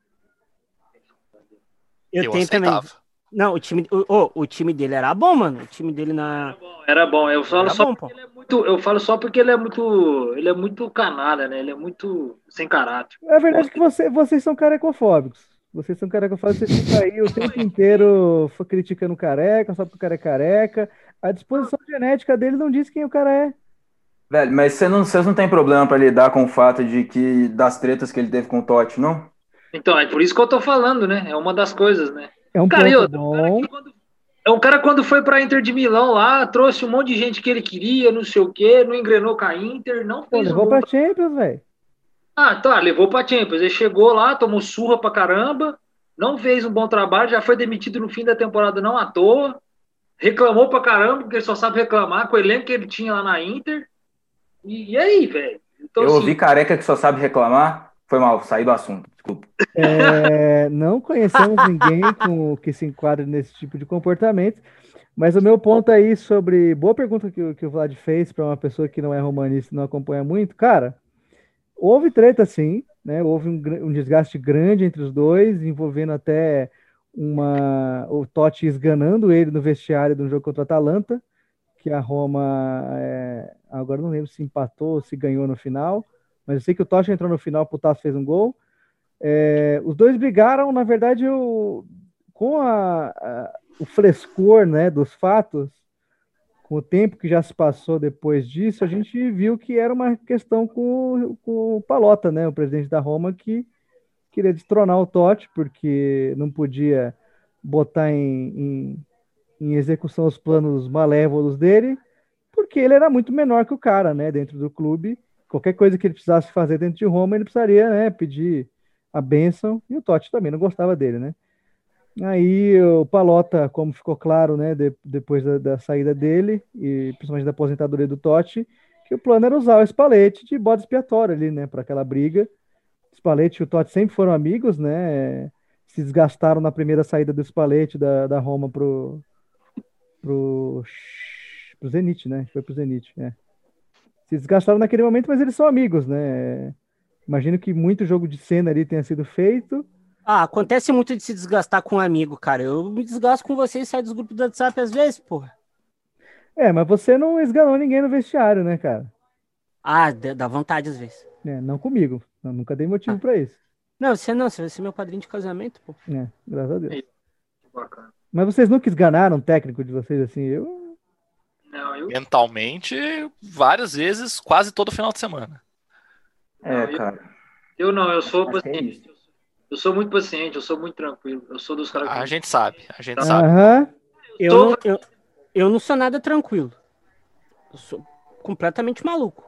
Eu tenho aceitava. também. Não, o time dele era bom, mano. O time dele Era bom. Eu falo era só bom, porque ele é muito canalha, né? Ele é muito sem caráter. É verdade que vocês são carecofóbicos. Vocês são carecofóbicos, vocês ficam aí o tempo inteiro criticando o careca, só porque o cara é careca. A disposição genética dele não diz quem o cara é. Velho, mas vocês não têm problema pra lidar com o fato de que das tretas que ele teve com o Totti, não? Então, é por isso que eu tô falando, né? É uma das coisas, né? É um Cara, ponto bom. É um cara quando foi pra Inter de Milão lá, trouxe um monte de gente que ele queria, não sei o quê, não engrenou com a Inter, não Pô, fez levou pra Champions, velho. Tá, levou pra Champions. Ele chegou lá, tomou surra pra caramba, não fez um bom trabalho, já foi demitido no fim da temporada não à toa, reclamou pra caramba, porque ele só sabe reclamar com o elenco que ele tinha lá na Inter. E aí, velho? Então, Eu assim, ouvi careca que só sabe reclamar. Foi mal, saí do assunto, desculpa. Não conhecemos ninguém que se enquadre nesse tipo de comportamento, mas o meu ponto aí sobre. Boa pergunta que o Vlad fez para uma pessoa que não é romanista e não acompanha muito. Cara, houve treta sim, né? Houve um desgaste grande entre os dois, envolvendo até o Totti esganando ele no vestiário de um jogo contra o Atalanta, que a Roma, agora não lembro se empatou ou se ganhou no final, mas eu sei que o Totti entrou no final, o Putas fez um gol. Os dois brigaram, na verdade, com o frescor, né, dos fatos, com o tempo que já se passou depois disso, a gente viu que era uma questão com o Pallotta, né, o presidente da Roma, que queria destronar o Totti, porque não podia botar em execução os planos malévolos dele, porque ele era muito menor que o cara, né, dentro do clube. Qualquer coisa que ele precisasse fazer dentro de Roma, ele precisaria, né, pedir a bênção, e o Totti também não gostava dele, né? Aí o Pallotta, como ficou claro, né, depois da saída dele, e principalmente da aposentadoria do Totti, que o plano era usar o Spalletti de bode expiatório ali, né, para aquela briga. O Spalletti e o Totti sempre foram amigos, né, se desgastaram na primeira saída do Spalletti da Roma pro Zenit, né? Foi pro Zenit, Se desgastaram naquele momento, mas eles são amigos, né? Imagino que muito jogo de cena ali tenha sido feito. Acontece muito de se desgastar com um amigo, cara. Eu me desgasto com você e saio dos grupos do WhatsApp às vezes, porra. Mas você não esganou ninguém no vestiário, né, cara? Dá vontade às vezes. Não comigo. Eu nunca dei motivo pra isso. Você vai ser meu padrinho de casamento, pô. Graças a Deus. bacana. Mas vocês nunca esganaram um técnico de vocês assim? Mentalmente, várias vezes, quase todo final de semana. Cara. Eu sou Acho que é paciente. Eu sou muito paciente, eu sou muito tranquilo. Eu sou dos caras que... A gente sabe. Aham. Eu não sou nada tranquilo. Eu sou completamente maluco.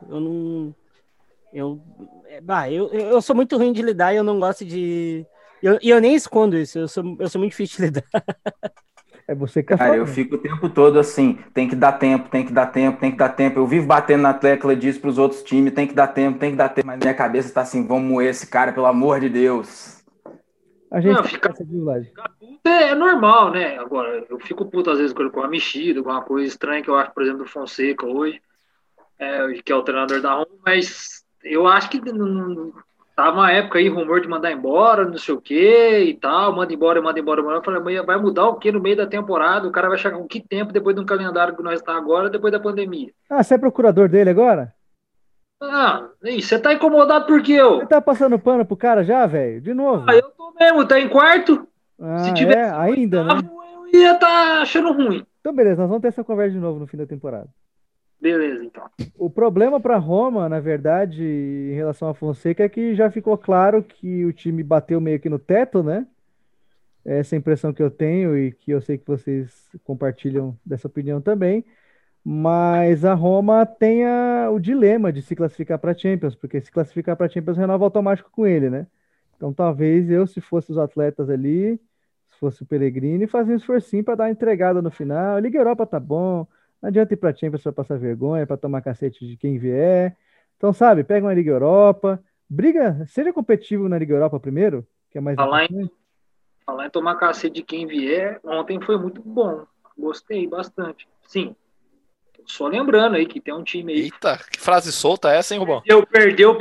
Eu sou muito ruim de lidar e eu não gosto de... eu nem escondo isso. Eu sou muito difícil de lidar. É você que Cara, eu fico o tempo todo assim, tem que dar tempo, tem que dar tempo, tem que dar tempo. Eu vivo batendo na tecla disso pros outros times, tem que dar tempo, tem que dar tempo. Mas minha cabeça tá assim, vamos moer esse cara, pelo amor de Deus. A gente ficar puto é normal, né? Agora, eu fico puto às vezes com uma mexida, com uma coisa estranha que eu acho, por exemplo, do Fonseca hoje. que é o treinador da Roma, mas eu acho que tava uma época aí, rumor de mandar embora, não sei o que e tal, manda embora. Eu falei, vai mudar o que no meio da temporada? O cara vai chegar com que tempo depois de um calendário que nós está agora, depois da pandemia? Ah, você é procurador dele agora? Ah, e você tá incomodado por quê, eu? Você tá passando pano pro cara já, velho? De novo? Eu tô mesmo, tá em quarto. Se Ah, tivesse ainda, né? eu ia estar achando ruim. Então, beleza, nós vamos ter essa conversa de novo no fim da temporada. Beleza, então. O problema para Roma, na verdade, em relação a Fonseca, é que já ficou claro que o time bateu meio que no teto, né? Essa é a impressão que eu tenho e que eu sei que vocês compartilham dessa opinião também. Mas a Roma tem o dilema de se classificar para Champions, porque se classificar para Champions renova automático com ele, né? Então talvez eu, se fosse os atletas ali, se fosse o Pellegrini, fazia um esforcinho para dar uma entregada no final. Liga Europa tá bom, não adianta ir para Champions para passar vergonha, para tomar cacete de quem vier. Então, sabe, pega uma Liga Europa, briga, seja competitivo na Liga Europa primeiro, que é mais importante. Falar em tomar cacete de quem vier, ontem foi muito bom. Gostei bastante. Sim. Só lembrando aí que tem um time aí. Eita, que frase solta é essa, hein, Rubão? Perdeu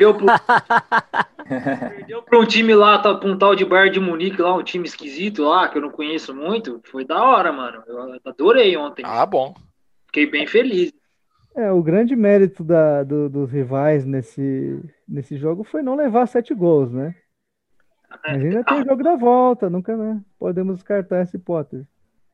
pra um time lá, pra um tal de Bayern de Munique lá, um time esquisito lá, que eu não conheço muito. Foi da hora, mano. Eu adorei ontem. Ah, bom. Fiquei bem feliz. O grande mérito dos rivais nesse jogo foi não levar 7 gols, né? Mas ainda tem o jogo da volta, nunca, né? Podemos descartar essa hipótese.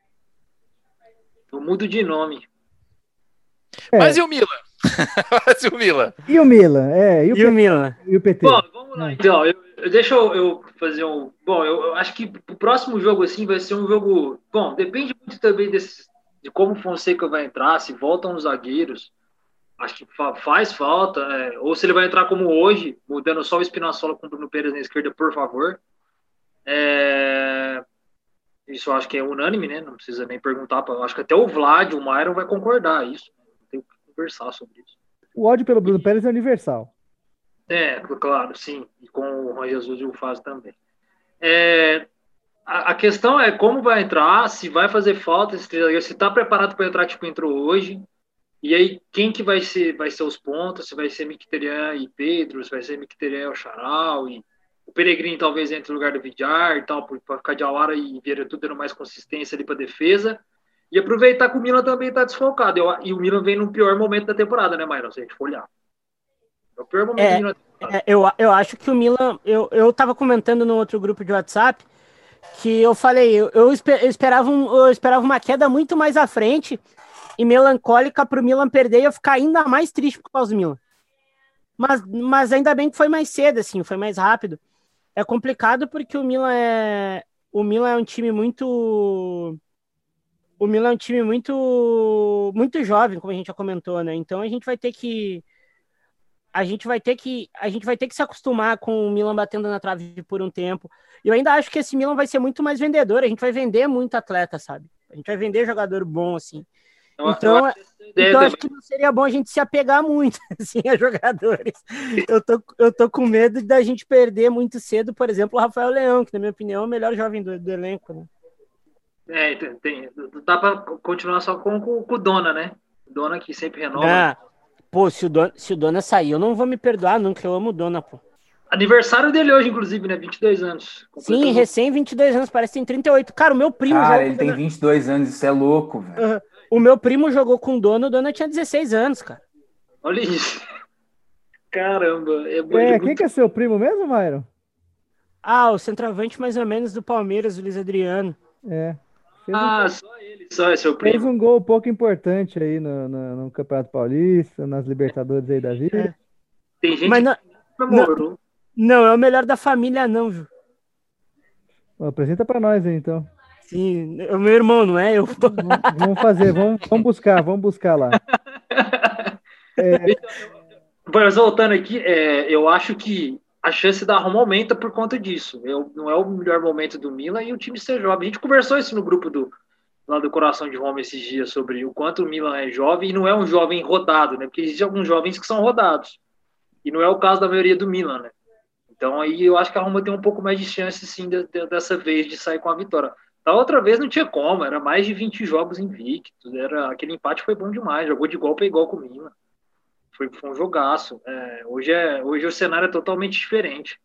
Eu mudo de nome. Mas e o Milan? Mas e o Milan? E o Milan? E o Milan? E o PT? Bom, vamos lá então. Deixa eu fazer um. Bom, eu acho que o próximo jogo assim vai ser um jogo. Bom, depende muito também de como o Fonseca vai entrar, se voltam os zagueiros. Acho que faz falta, ou se ele vai entrar como hoje, mudando só o Spinazzola com o Bruno Pérez na esquerda, por favor. Isso eu acho que é unânime, né? Não precisa nem perguntar. Acho que até o Vlad, o Myron vai concordar isso. Tem que conversar sobre isso. O ódio pelo Bruno Pérez é universal. Claro, sim. E com o Juan Jesus e o Faz também. A questão é como vai entrar, se vai fazer falta, se está preparado para entrar, tipo, entrou hoje. E aí, quem que vai ser os pontos? Se vai ser Mkhitaryan e Pedro, se vai ser Mkhitaryan e o Charal, e o Pellegrini talvez entre no lugar do Vidal e tal, para ficar de Alara e Vieira tudo dando mais consistência ali para defesa. E aproveitar que o Milan também está desfalcado. E o Milan vem no pior momento da temporada, né, Myron? Se a gente for olhar. É o pior momento do Milan da temporada. Eu acho que o Milan... Eu tava comentando no outro grupo de WhatsApp que eu falei, eu esperava uma queda muito mais à frente e melancólica pro Milan perder e eu ficar ainda mais triste por causa do Milan. Mas ainda bem que foi mais cedo, assim, foi mais rápido. É complicado porque o Milan é um time muito... O Milan é um time muito jovem, como a gente já comentou, né? Então a gente vai ter que se acostumar com o Milan batendo na trave por um tempo. E eu ainda acho que esse Milan vai ser muito mais vendedor. A gente vai vender muito atleta, sabe? A gente vai vender jogador bom, assim. Então acho que não seria bom a gente se apegar muito assim, a jogadores. Eu tô com medo da gente perder muito cedo, por exemplo, o Rafael Leão, que na minha opinião é o melhor jovem do elenco, né? Dá para continuar só com o Dona, né? O Dona que sempre renova. Pô, se o Dona sair, eu não vou me perdoar nunca, eu amo o Dona, pô. Aniversário dele hoje, inclusive, né? 22 anos. Sim, recém 22 anos, parece que tem 38. Cara, o meu primo... Cara, ele tem 22 anos, isso é louco, velho. O meu primo jogou com o Dona tinha 16 anos, cara. Olha isso. Caramba. Quem que é seu primo mesmo, Myron? O centroavante mais ou menos do Palmeiras, o Luiz Adriano. Só ele, só é seu primo. Fez um gol pouco importante aí no Campeonato Paulista, nas Libertadores aí da vida. Tem gente Mas que não, é o melhor da família, não, viu? Apresenta pra nós aí, então. Sim, é o meu irmão, não é eu. Vamos buscar lá. Mas voltando aqui, eu acho que a chance da Roma aumenta por conta disso. Não é o melhor momento do Milan e o time ser jovem. A gente conversou isso no grupo lá do Coração de Roma esses dias sobre o quanto o Milan é jovem e não é um jovem rodado, né? Porque existem alguns jovens que são rodados. E não é o caso da maioria do Milan, né? Então aí eu acho que a Roma tem um pouco mais de chance, sim, dessa vez de sair com a vitória. Da outra vez não tinha como, era mais de 20 jogos invictos, aquele empate foi bom demais, jogou de igual para igual com o Milan. Foi um jogaço. Hoje o cenário é totalmente diferente.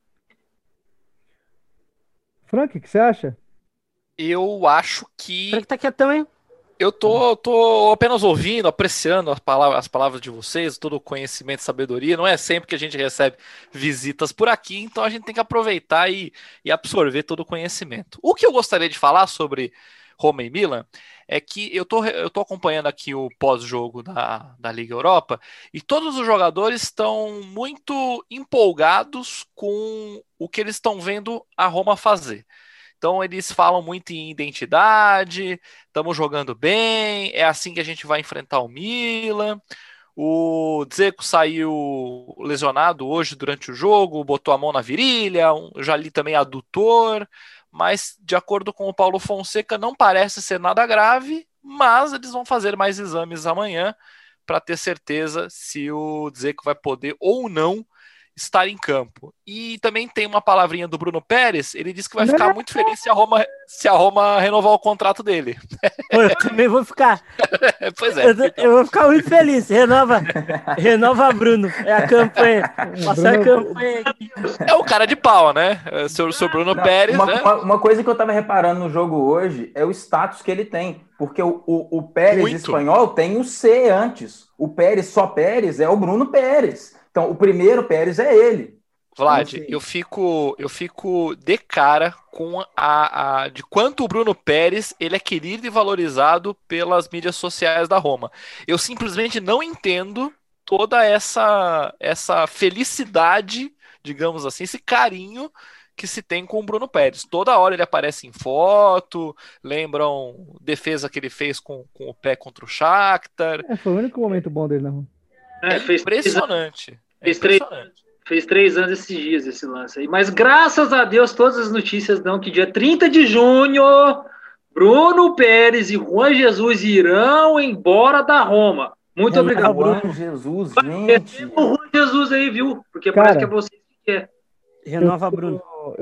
Frank, o que você acha? Eu acho que Será que tá quietão, hein? eu tô apenas ouvindo, apreciando as palavras de vocês, todo o conhecimento e sabedoria. Não é sempre que a gente recebe visitas por aqui, então a gente tem que aproveitar e absorver todo o conhecimento. O que eu gostaria de falar sobre Roma e Milan é que eu tô acompanhando aqui o pós-jogo da Liga Europa e todos os jogadores estão muito empolgados com o que eles estão vendo a Roma fazer. Então eles falam muito em identidade, estamos jogando bem, é assim que a gente vai enfrentar o Milan. O Dzeko saiu lesionado hoje durante o jogo, botou a mão na virilha, já li também adutor, mas de acordo com o Paulo Fonseca não parece ser nada grave, mas eles vão fazer mais exames amanhã para ter certeza se o Dzeko vai poder ou não estar em campo. E também tem uma palavrinha do Bruno Pérez, ele disse que vai ficar muito feliz se a Roma renovar o contrato dele. Pô, eu também vou ficar. Pois é. Eu vou ficar muito feliz. Renova Bruno. É a campanha. Passar a campanha aqui. É o cara de pau, né? Seu Bruno Pérez, né? Uma coisa que eu tava reparando no jogo hoje é o status que ele tem. Porque o Pérez Muito. espanhol tem o C antes. O Pérez, só Pérez, é o Bruno Pérez. Então, o primeiro Pérez é ele. Vlad, Então, assim, eu fico de cara com de quanto o Bruno Pérez ele é querido e valorizado pelas mídias sociais da Roma. Eu simplesmente não entendo toda essa felicidade, digamos assim, esse carinho que se tem com o Bruno Pérez. Toda hora ele aparece em foto, lembram defesa que ele fez com o pé contra o Shakhtar. Foi o único momento bom dele na rua. Fez Impressionante. Fez 3 anos esses dias esse lance aí. Mas graças a Deus todas as notícias dão que dia 30 de junho Bruno Pérez e Juan Jesus irão embora da Roma. Muito obrigado. Juan Jesus, gente. O Juan Jesus aí, viu? Porque Cara, parece que é você que quer. Renova Bruno.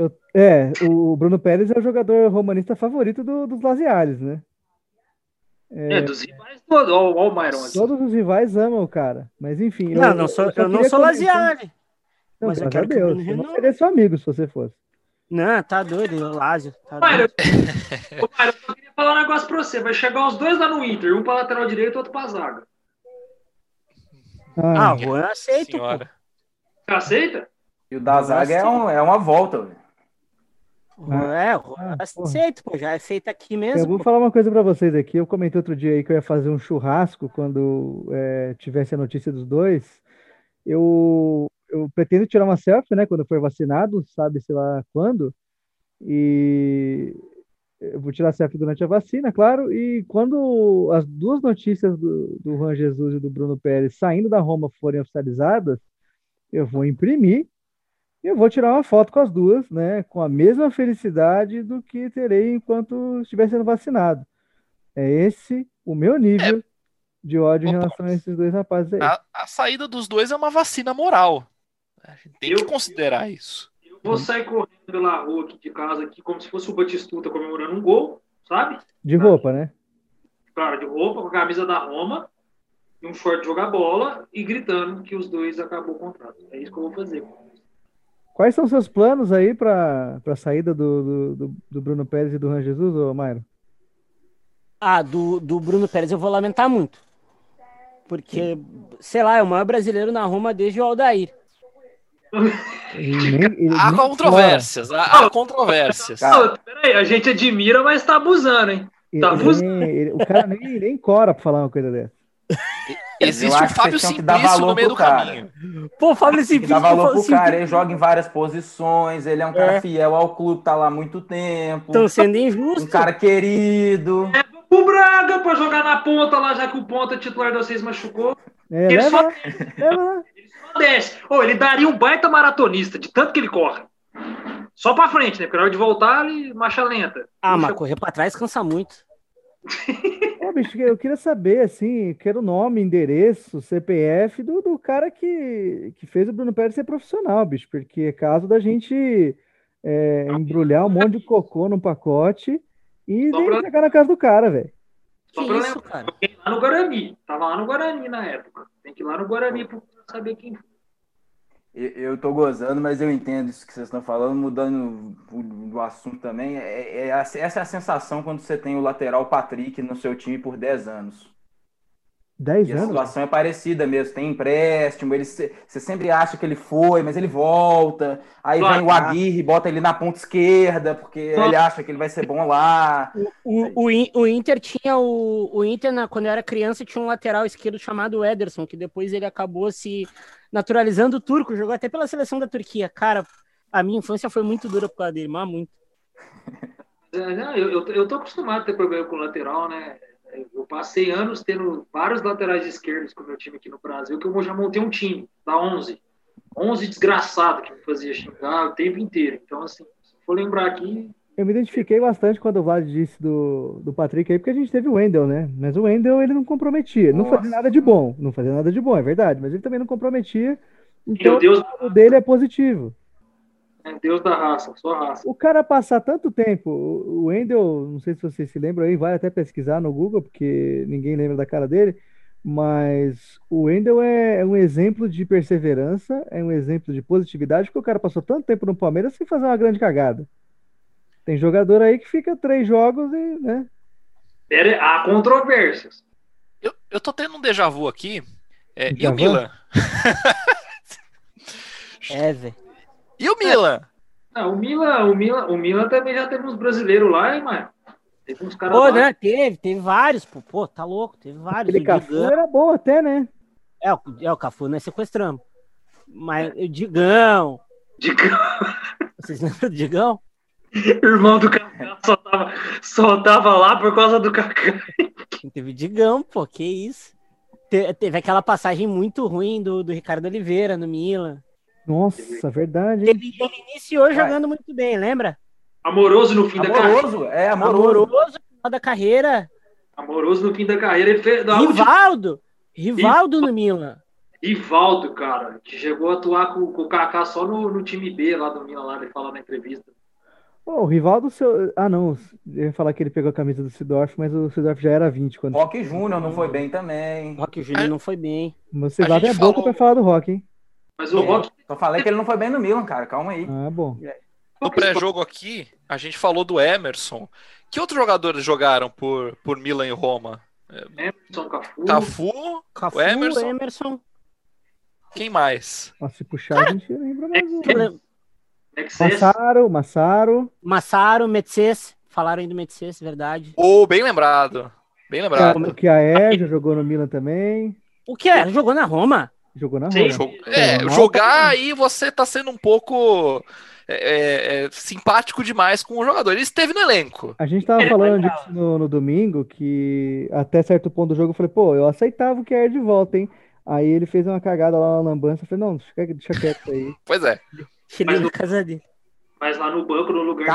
O Bruno Pérez é o jogador romanista favorito dos Laziales, né? Dos rivais todos. Olha o Myron aqui. Todos os rivais amam o cara. Mas enfim. Eu não sou Laziale. Mas eu quero que o Bruno Eu renove. não seria seu amigo se você fosse. Não, tá doido, Lázio. Tá Myron, doido. eu só queria falar um negócio pra você. Vai chegar os dois lá no Inter. Um pra lateral direito e outro pra zaga. Ah, o Juan aceito, pô. Senhora. Você aceita? E o da zaga é uma volta, velho. O Juan aceito, pô. Já é feito aqui Eu mesmo. vou Pô. falar uma coisa pra vocês aqui. Eu comentei outro dia aí que eu ia fazer um churrasco quando tivesse a notícia dos dois. Eu pretendo tirar uma selfie, né? Quando for vacinado, sabe-se lá quando. E eu vou tirar selfie durante a vacina, claro. E quando as duas notícias do Juan Jesus e do Bruno Pérez saindo da Roma forem oficializadas, eu vou imprimir e eu vou tirar uma foto com as duas, né? Com a mesma felicidade do que terei enquanto estiver sendo vacinado. É esse o meu nível de ódio em relação a esses dois rapazes aí. A saída dos dois é uma vacina moral. A gente tem que considerar isso. Eu vou sair correndo pela rua aqui de casa, aqui, como se fosse o Batistuta comemorando um gol, sabe? De roupa, né? Claro, de roupa, com a camisa da Roma, e um short de jogar bola, e gritando que os dois acabou o contrato. É isso que eu vou fazer. Quais são os seus planos aí para a saída do Bruno Pérez e do Juan Jesus, ô Mairo? Do Bruno Pérez eu vou lamentar muito. Porque, sei lá, é o maior brasileiro na Roma desde o Aldair. Há controvérsias, há controvérsias. Peraí, a gente admira, mas tá abusando, hein? Tá abusando. O cara nem cora pra falar uma coisa dessa. Existe o Fábio Simplício no meio do caminho. Pô, Fábio Simplício. Dá valor pro cara, ele joga em várias posições, ele é um cara fiel ao clube, tá lá há muito tempo. Estão sendo injustos. Um cara querido. O Braga pra jogar na ponta lá, já que o ponta titular de vocês machucou. Leva lá. Ele só desce. Ele daria um baita maratonista, de tanto que ele corre. Só pra frente, né? Porque na hora de voltar, ele marcha lenta. Mas correr pra trás cansa muito. Bicho, eu queria saber, assim, quero o nome, endereço, CPF do cara que fez o Bruno Pérez ser profissional, bicho, porque é caso da gente embrulhar um monte de cocô num pacote e entregar na casa do cara, velho. Só pra lembrar, lá no Guarani. Tava lá no Guarani na época. Tem que ir lá no Guarani pra saber quem foi. Eu tô gozando, mas eu entendo isso que vocês estão falando, mudando do assunto também. Essa é a sensação quando você tem o lateral Patrick no seu time por 10 anos. 10 E a anos? situação é parecida mesmo, tem empréstimo, você sempre acha que ele foi, mas ele volta. Aí vem o Aguirre, bota ele na ponta esquerda, porque ele acha que ele vai ser bom lá. O Inter tinha o Inter, quando eu era criança, tinha um lateral esquerdo chamado Ederson, que depois ele acabou se naturalizando turco, jogou até pela seleção da Turquia. Cara, a minha infância foi muito dura por causa dele, mas muito. Eu tô acostumado a ter problema com lateral, né? Eu passei anos tendo vários laterais esquerdos com o meu time aqui no Brasil, que eu já montei um time, da 11. 11 desgraçado que me fazia xingar o tempo inteiro. Então, assim, se for lembrar aqui... Eu me identifiquei bastante quando o Vlad disse do Patrick aí, porque a gente teve o Wendel, né? Mas o Wendel, ele não comprometia. Ele não fazia nada de bom. Não fazia nada de bom, é verdade. Mas ele também não comprometia. Então, o dele é positivo. É Deus da raça, sua raça. O cara passar tanto tempo, o Wendel, não sei se vocês se lembram aí, vai até pesquisar no Google, porque ninguém lembra da cara dele, mas o Wendel é um exemplo de perseverança, é um exemplo de positividade, porque o cara passou tanto tempo no Palmeiras sem fazer uma grande cagada. Tem jogador aí que fica 3 jogos e, né? Há controvérsias. Eu tô tendo um déjà vu aqui. E o Javan? Milan? Velho. E o Milan? O Milan também já teve uns brasileiros lá, hein, mano? Teve uns caras Pô, lá. né? Teve vários, pô. Pô, tá louco, teve vários. Aquele O Cafu Digão. era bom até, né? O Cafu nós sequestramos. Mas o Digão. Vocês lembram do Digão? Irmão do Kaká só tava lá por causa do Kaká. Teve Digão, pô, que isso. Teve aquela passagem muito ruim do Ricardo Oliveira no Milan. Nossa, verdade, hein? Ele iniciou jogando muito bem, lembra? Amoroso no fim da carreira. Amoroso. Amoroso no final da carreira. Amoroso no fim da carreira. Ele fez, Rivaldo no Milan. Rivaldo, cara, que chegou a atuar com o Kaká só no time B lá do Milan, lá, ele fala na entrevista. O Rivaldo, não, eu ia falar que ele pegou a camisa do Sidorf, mas o Sidorf já era 20 quando... Roque Júnior não foi bem também. Roque Júnior não foi bem. Mas você vai boca pra falar do Roque, hein? Mas o Roque... Só falei que ele não foi bem no Milan, cara, calma aí. Ah, bom. No pré-jogo aqui, a gente falou do Emerson. Que outros jogadores jogaram por Milan e Roma? Emerson, Cafu, o Emerson. Quem mais? Nossa, se puxar, a gente lembra mais um. Massaro, Metsés. Falaram aí do Metsés, verdade. Bem lembrado. Bem lembrado. O Kjaer já jogou no Milan também. O Kjaer jogou na Roma? Jogou na Sim. Roma. Jogar aí você tá sendo um pouco simpático demais com o jogador. Ele esteve no elenco. A gente tava falando disso no domingo, que até certo ponto do jogo eu falei, pô, eu aceitava o Kjaer de volta, hein? Aí ele fez uma cagada lá na lambança, eu falei, não, deixa quieto aí. Pois é. Tirei da casa dele. Mas lá no banco, no lugar...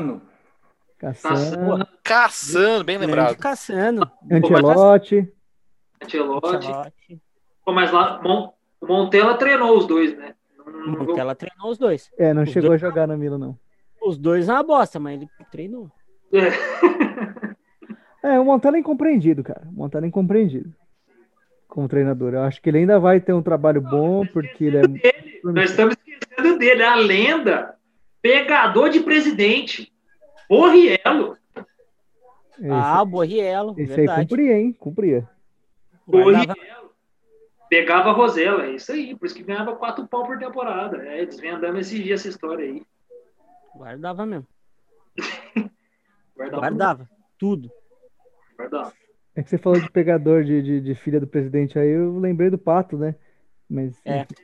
Caçando, bem lembrado. Caçando. Ancelotti. Pô, mas lá, o Montella treinou os dois, né? Montella treinou os dois. Não chegou a jogar na Milan, não. Os dois é uma bosta, mas ele treinou. O Montella é incompreendido, cara. O Montella é incompreendido como treinador. Eu acho que ele ainda vai ter um trabalho bom, porque ele é... Nós estamos esquecendo dele, a lenda, pegador de presidente, Borriello. Borriello, esse verdade. aí cumpria, hein? Cumpria. Borriello. Pegava a Rosella, é isso aí, por isso que ganhava 4 pau por temporada. Eles vêm andando esses dias essa história aí. Guardava mesmo. Guardava. Tudo. Guardava. É que você falou de pegador de filha do presidente aí, eu lembrei do Pato, né? Mas...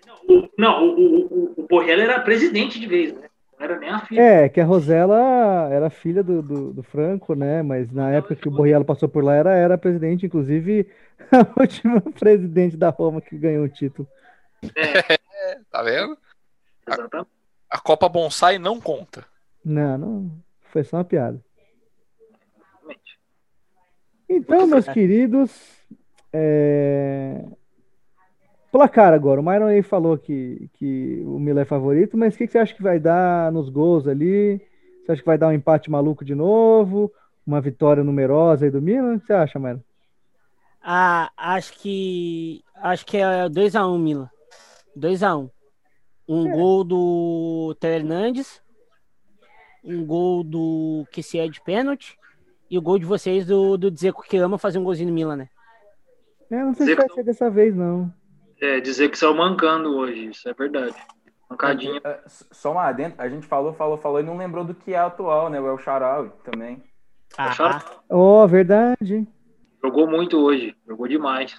o Borriello era presidente de vez, né? Não era nem a filha. Que a Rosella era filha do Franco, né? Mas na época que o Borriello passou por lá, era presidente, inclusive a última presidente da Roma que ganhou o título. Tá vendo? Exatamente. A Copa Bonsai não conta. Não, foi só uma piada. Então, meus queridos, placar agora. O Myron aí falou que o Milan é favorito, mas o que você acha que vai dar nos gols ali? Você acha que vai dar um empate maluco de novo? Uma vitória numerosa aí do Milan? O que você acha, Myron? Acho que é 2-1, Milan. 2-1. Gol do Theo Hernandes, um gol do Kessie de pênalti e o gol de vocês do Dzeko, que ama fazer um golzinho no Milan, né? Não sei se vai ser dessa vez, não. Dizer que saiu mancando hoje, isso é verdade. Mancadinha. Só uma adendo, a gente falou e não lembrou do que é atual, né? O El Shaarawy também. Verdade. Jogou muito hoje, jogou demais.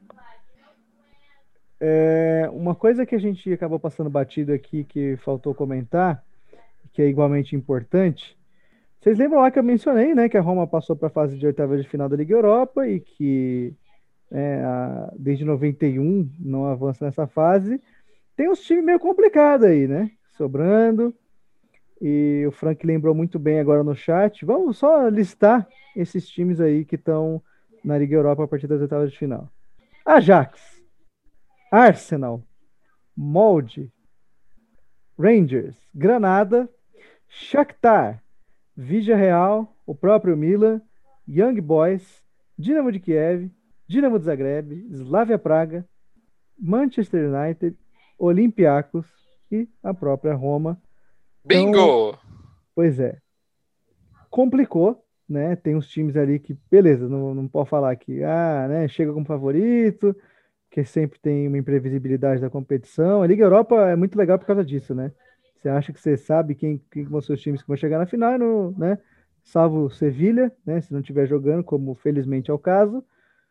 Uma coisa que a gente acabou passando batido aqui, que faltou comentar, que é igualmente importante. Vocês lembram lá que eu mencionei, né, que a Roma passou para a fase de oitavas de final da Liga Europa e que desde 91 não avança nessa fase. Tem uns times meio complicados aí, né? Sobrando. E o Frank lembrou muito bem agora no chat. Vamos só listar esses times aí que estão na Liga Europa a partir das oitavas de final. Ajax, Arsenal, Molde, Rangers, Granada, Shakhtar, Villarreal, o próprio Milan, Young Boys, Dinamo de Kiev, Dinamo de Zagreb, Slavia Praga, Manchester United, Olympiacos e a própria Roma. Bingo! Então, pois é. Complicou, né? Tem uns times ali que, beleza, não pode falar que né, chega como favorito, porque sempre tem uma imprevisibilidade da competição. A Liga Europa é muito legal por causa disso, né? Você acha que você sabe quem vão ser os times que vão chegar na final, né? Salvo Sevilha, né? Se não estiver jogando, como felizmente é o caso.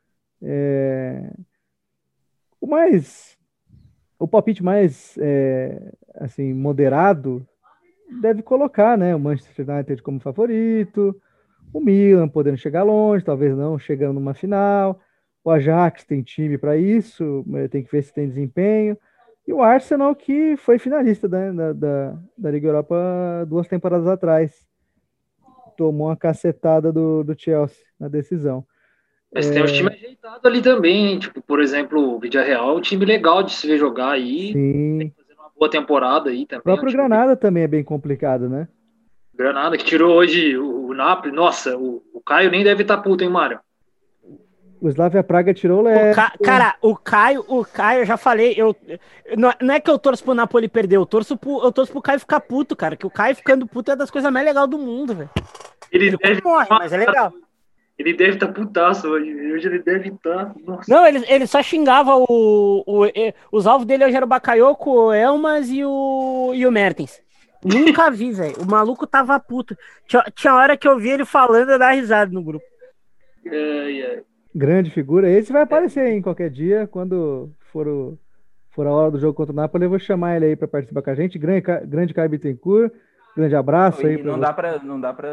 O palpite mais assim, moderado deve colocar, né, o Manchester United como favorito, o Milan podendo chegar longe, talvez não chegando numa final, o Ajax tem time para isso, tem que ver se tem desempenho, e o Arsenal, que foi finalista da Liga Europa 2 temporadas atrás, tomou uma cacetada do Chelsea na decisão. Mas tem uns times ajeitados ali também, hein? Tipo, por exemplo, o Villarreal é um time legal de se ver jogar aí. Sim. Tem que fazer uma boa temporada aí também. O próprio Granada também é bem complicado, né? Granada, que tirou hoje o Napoli. Nossa, o Caio nem deve estar puto, hein, Mário? O Slavia Praga tirou o Leicester. Cara, o Caio, eu já falei, não é que eu torço pro Napoli perder, eu torço pro Caio ficar puto, cara, que o Caio ficando puto é das coisas mais legais do mundo, velho. Ele deve morre, mas é legal. Ele deve estar putaço hoje. Hoje ele deve estar. Nossa. Não, ele só xingava os alvos dele hoje eram o Bakayoko, o Elmas e o Mertens. Nunca vi, velho. O maluco tava puto. Tinha hora que eu vi ele falando e eu dava risada no grupo. Grande figura. Esse vai aparecer em qualquer dia, quando for a hora do jogo contra o Napoli, eu vou chamar ele aí para participar com a gente. Grande Caio Bittencourt. Grande abraço aí. Não dá para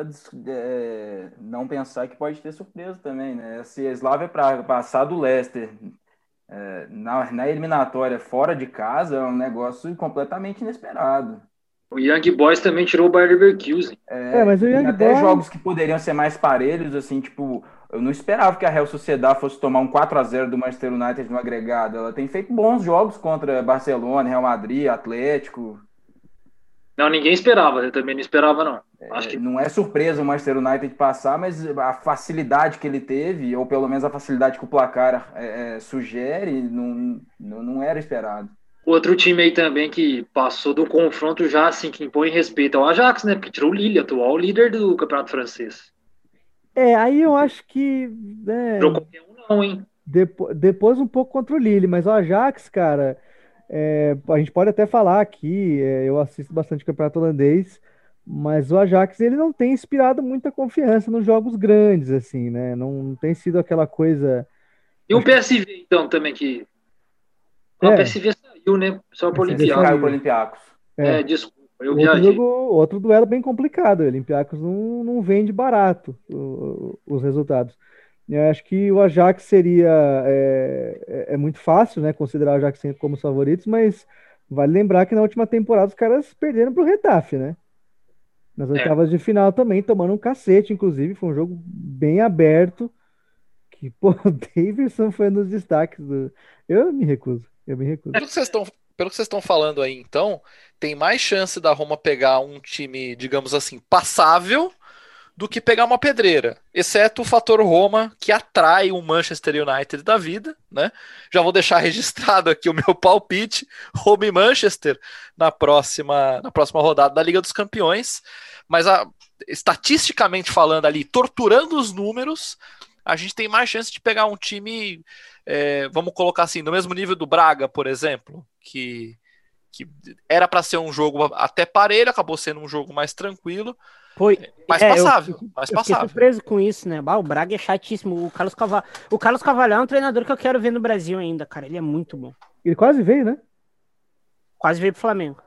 não pensar que pode ter surpresa também, né? Se a Slavia Praga passar do Leicester na eliminatória fora de casa, é um negócio completamente inesperado. O Young Boys também tirou o Bayer Leverkusen. Mas o Young Boys... jogos que poderiam ser mais parelhos, assim, tipo, eu não esperava que a Real Sociedad fosse tomar um 4-0 do Manchester United no agregado. Ela tem feito bons jogos contra Barcelona, Real Madrid, Atlético. Não, ninguém esperava, eu também não esperava, não. Acho que não é surpresa o Manchester United passar, mas a facilidade que ele teve, ou pelo menos a facilidade que o placar sugere, não era esperado. Outro time aí também que passou do confronto já, assim, que impõe respeito ao Ajax, né? Porque tirou o Lille, atual líder do campeonato francês. Aí eu acho que... Tirou qualquer um não, hein? Depois um pouco contra o Lille, mas o Ajax, cara... a gente pode até falar aqui, eu assisto bastante campeonato holandês, mas o Ajax ele não tem inspirado muita confiança nos jogos grandes, assim, né? Não tem sido aquela coisa... E o PSV, então, também que... O PSV saiu, né? Só para o Olympiacos. Caiu para o Olympiacos. Desculpa, eu viajei. Outro duelo bem complicado, o Olympiacos não vende barato os resultados. Eu acho que o Ajax seria muito fácil, né, considerar o Ajax como os favoritos, mas vale lembrar que na última temporada os caras perderam para o Getafe, né? Nas oitavas de final também, tomando um cacete, inclusive, foi um jogo bem aberto, que, pô, o Davidson foi um dos destaques Eu me recuso. Pelo que vocês estão falando aí, então, tem mais chance da Roma pegar um time, digamos assim, passável, do que pegar uma pedreira, exceto o fator Roma, que atrai um Manchester United da vida, né? Já vou deixar registrado aqui o meu palpite, Roma e Manchester na próxima rodada da Liga dos Campeões, mas estatisticamente falando ali, torturando os números, a gente tem mais chance de pegar um time, vamos colocar assim, no mesmo nível do Braga, por exemplo, que era para ser um jogo até parelho, acabou sendo um jogo mais tranquilo, mais passável. Eu fiquei surpreso com isso, né? O Braga é chatíssimo. O Carlos Carvalhal é um treinador que eu quero ver no Brasil ainda, cara. Ele é muito bom. Ele quase veio, né? Quase veio pro Flamengo.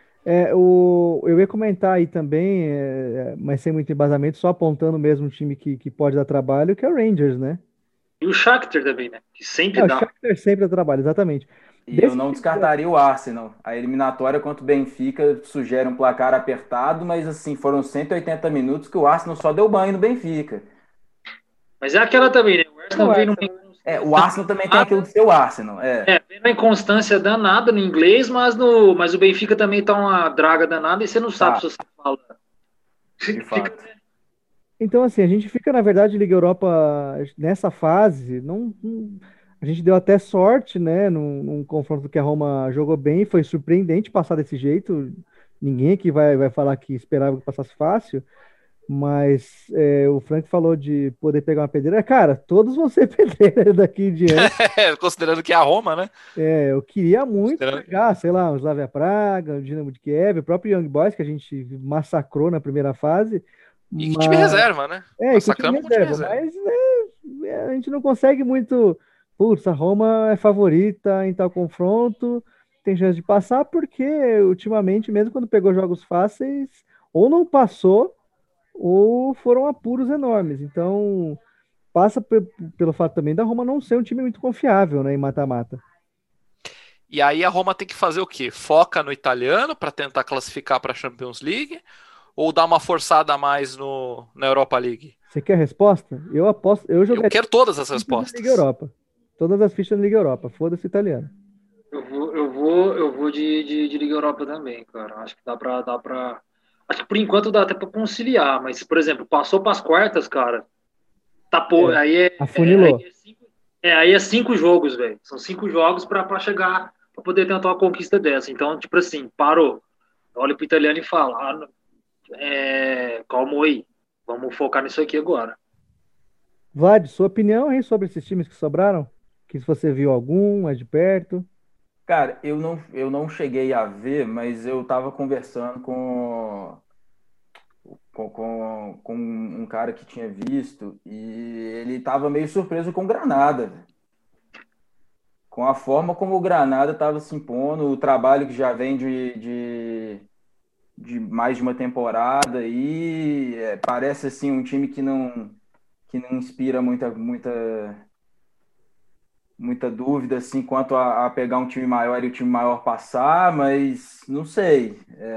Eu ia comentar aí também, mas sem muito embasamento, só apontando mesmo um time que pode dar trabalho, que é o Rangers, né? E o Shakhtar também, né? Que sempre dá. O Shakhtar sempre dá trabalho, exatamente. E eu não descartaria o Arsenal. A eliminatória contra o Benfica sugere um placar apertado, mas assim, foram 180 minutos que o Arsenal só deu banho no Benfica. Mas é aquela também, né? O Arsenal vem o Arsenal também tem aquilo de ser o Arsenal. Vem uma inconstância danada no inglês, mas o Benfica também tá uma draga danada e você não sabe se você fala. De fato. Então, assim, a gente fica, na verdade, Liga Europa nessa fase, a gente deu até sorte, né, num confronto que a Roma jogou bem, foi surpreendente passar desse jeito, ninguém aqui vai falar que esperava que passasse fácil, mas o Frank falou de poder pegar uma pedreira, cara, todos vão ser pedreiras daqui em diante. Considerando que é a Roma, né? Eu queria muito pegar, sei lá, o Slavia Praga, o Dinamo de Kiev, o próprio Young Boys, que a gente massacrou na primeira fase. E que time reserva, né? Massacramos com time reserva. Mas a gente não consegue muito... Putz, a Roma é favorita em tal confronto, tem chance de passar, porque ultimamente, mesmo quando pegou jogos fáceis, ou não passou, ou foram apuros enormes. Então, passa pelo fato também da Roma não ser um time muito confiável, né, em mata-mata. E aí a Roma tem que fazer o quê? Foca no italiano para tentar classificar para a Champions League? Ou dar uma forçada a mais na Europa League? Você quer a resposta? Eu aposto. Eu quero todas as respostas. Liga Europa. Todas as fichas na Liga Europa. Foda-se italiano. Eu vou de Liga Europa também, cara. Acho que dá pra. Acho que por enquanto dá até pra conciliar. Mas, por exemplo, passou pras quartas, cara. Afunilou. Aí é 5 jogos, velho. São 5 jogos pra chegar, pra poder tentar uma conquista dessa. Então, tipo assim, parou. Olha pro italiano e fala: calma aí. Vamos focar nisso aqui agora. Vlad, sua opinião aí sobre esses times que sobraram? Que se você viu algum, é de perto? Cara, eu não cheguei a ver, mas eu tava conversando com um cara que tinha visto e ele tava meio surpreso com o Granada. Com a forma como o Granada tava se impondo, o trabalho que já vem de mais de uma temporada e parece assim um time que não inspira muita dúvida assim, quanto a pegar um time maior e o time maior passar, mas não sei.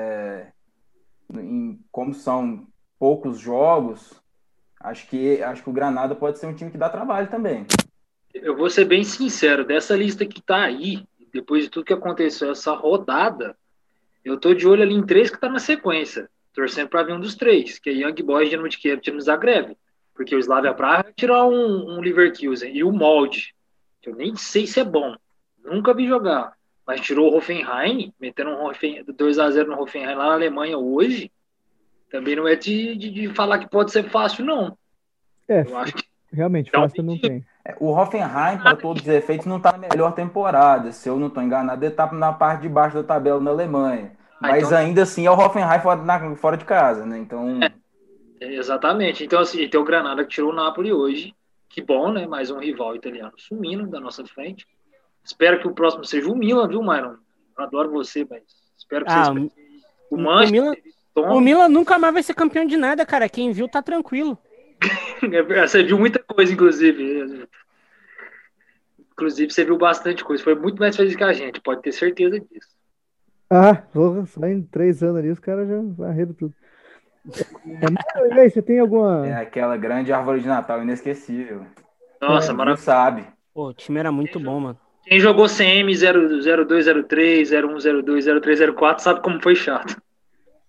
Como são poucos jogos, acho que o Granada pode ser um time que dá trabalho também. Eu vou ser bem sincero, dessa lista que tá aí, depois de tudo que aconteceu essa rodada, eu tô de olho ali em 3 que tá na sequência, torcendo para ver um dos 3, que é Young Boys, Dinamo de Kiev, time Zagreb, porque o Slavia Praga vai tirar um Leverkusen, e o Molde, que eu nem sei se é bom, nunca vi jogar, mas tirou o Hoffenheim, metendo 2-0 no Hoffenheim lá na Alemanha hoje, também não é de falar que pode ser fácil, não. Eu acho que realmente fácil não tem. O Hoffenheim, para todos os efeitos, não está na melhor temporada. Se eu não estou enganado, ele está na parte de baixo da tabela na Alemanha. Mas então, ainda assim é o Hoffenheim fora de casa, né? Então... exatamente. Então, assim, tem o Granada que tirou o Napoli hoje. Que bom, né? Mais um rival italiano sumindo da nossa frente. Espero que o próximo seja o Milan, viu, Myron? Eu adoro você, mas espero que seja o Manchester. O Milan nunca mais vai ser campeão de nada, cara. Quem viu tá tranquilo. Você viu muita coisa, inclusive. Inclusive, você viu bastante coisa. Foi muito mais feliz que a gente, pode ter certeza disso. Só em 3 anos ali, os caras já varreram tudo. E aí, você tem alguma... É aquela grande árvore de Natal inesquecível. Nossa, maravilhoso. Sabe. Pô, o time era muito bom, mano. Quem jogou CM 0203, 0102, 0304 sabe como foi chato.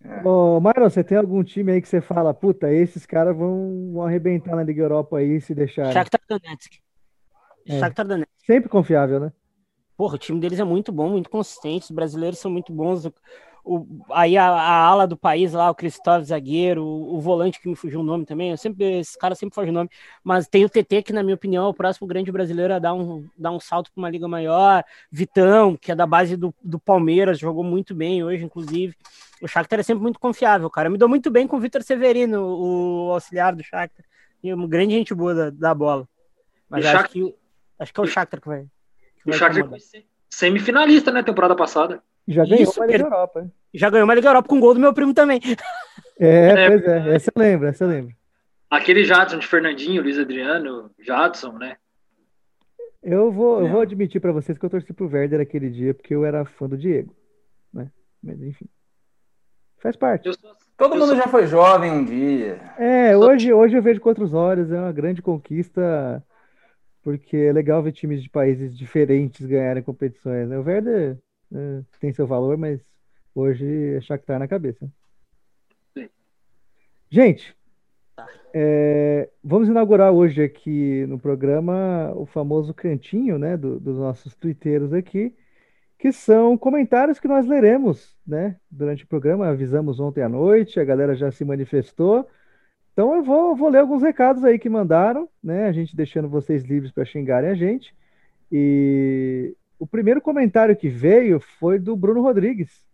Ô, Myron, você tem algum time aí que você fala, puta, esses caras vão arrebentar na Liga Europa aí se deixarem? Shakhtar Donetsk. É, Shakhtar Donetsk. sempre confiável, né? Porra, o time deles é muito bom, muito consistente. Os brasileiros são muito bons. Aí a ala do país lá, o Cristóvão zagueiro, o volante que me fugiu o nome também. Esses caras sempre fogem o nome. Mas tem o TT, que na minha opinião é o próximo grande brasileiro a dar um salto para uma liga maior. Vitão, que é da base do Palmeiras, jogou muito bem hoje, inclusive. O Shakhtar é sempre muito confiável, cara. Eu me dou muito bem com o Vitor Severino, o auxiliar do Shakhtar. E uma grande gente boa da bola. Mas acho que é o Shakhtar que vai. O Shakhtar foi semifinalista, né, temporada passada. Já ganhou uma Liga Europa. Hein? Já ganhou uma Liga Europa com gol do meu primo também. Pois é. Essa eu lembro. Aquele Jadson de Fernandinho, Luiz Adriano, Jadson, né? Eu vou admitir pra vocês que eu torci pro Werder aquele dia porque eu era fã do Diego, né? Mas enfim. Faz parte. Todo mundo já foi jovem um dia. Hoje eu vejo com outros olhos, é uma grande conquista, porque é legal ver times de países diferentes ganharem competições, né? O Werder tem seu valor, mas hoje é Shakhtar na cabeça. Sim. Gente, vamos inaugurar hoje aqui no programa o famoso cantinho, né, dos nossos twitteiros aqui, que são comentários que nós leremos, né, durante o programa. Avisamos ontem à noite, a galera já se manifestou. Então eu vou ler alguns recados aí que mandaram, né? A gente deixando vocês livres para xingarem a gente. E o primeiro comentário que veio foi do Bruno Rodrigues,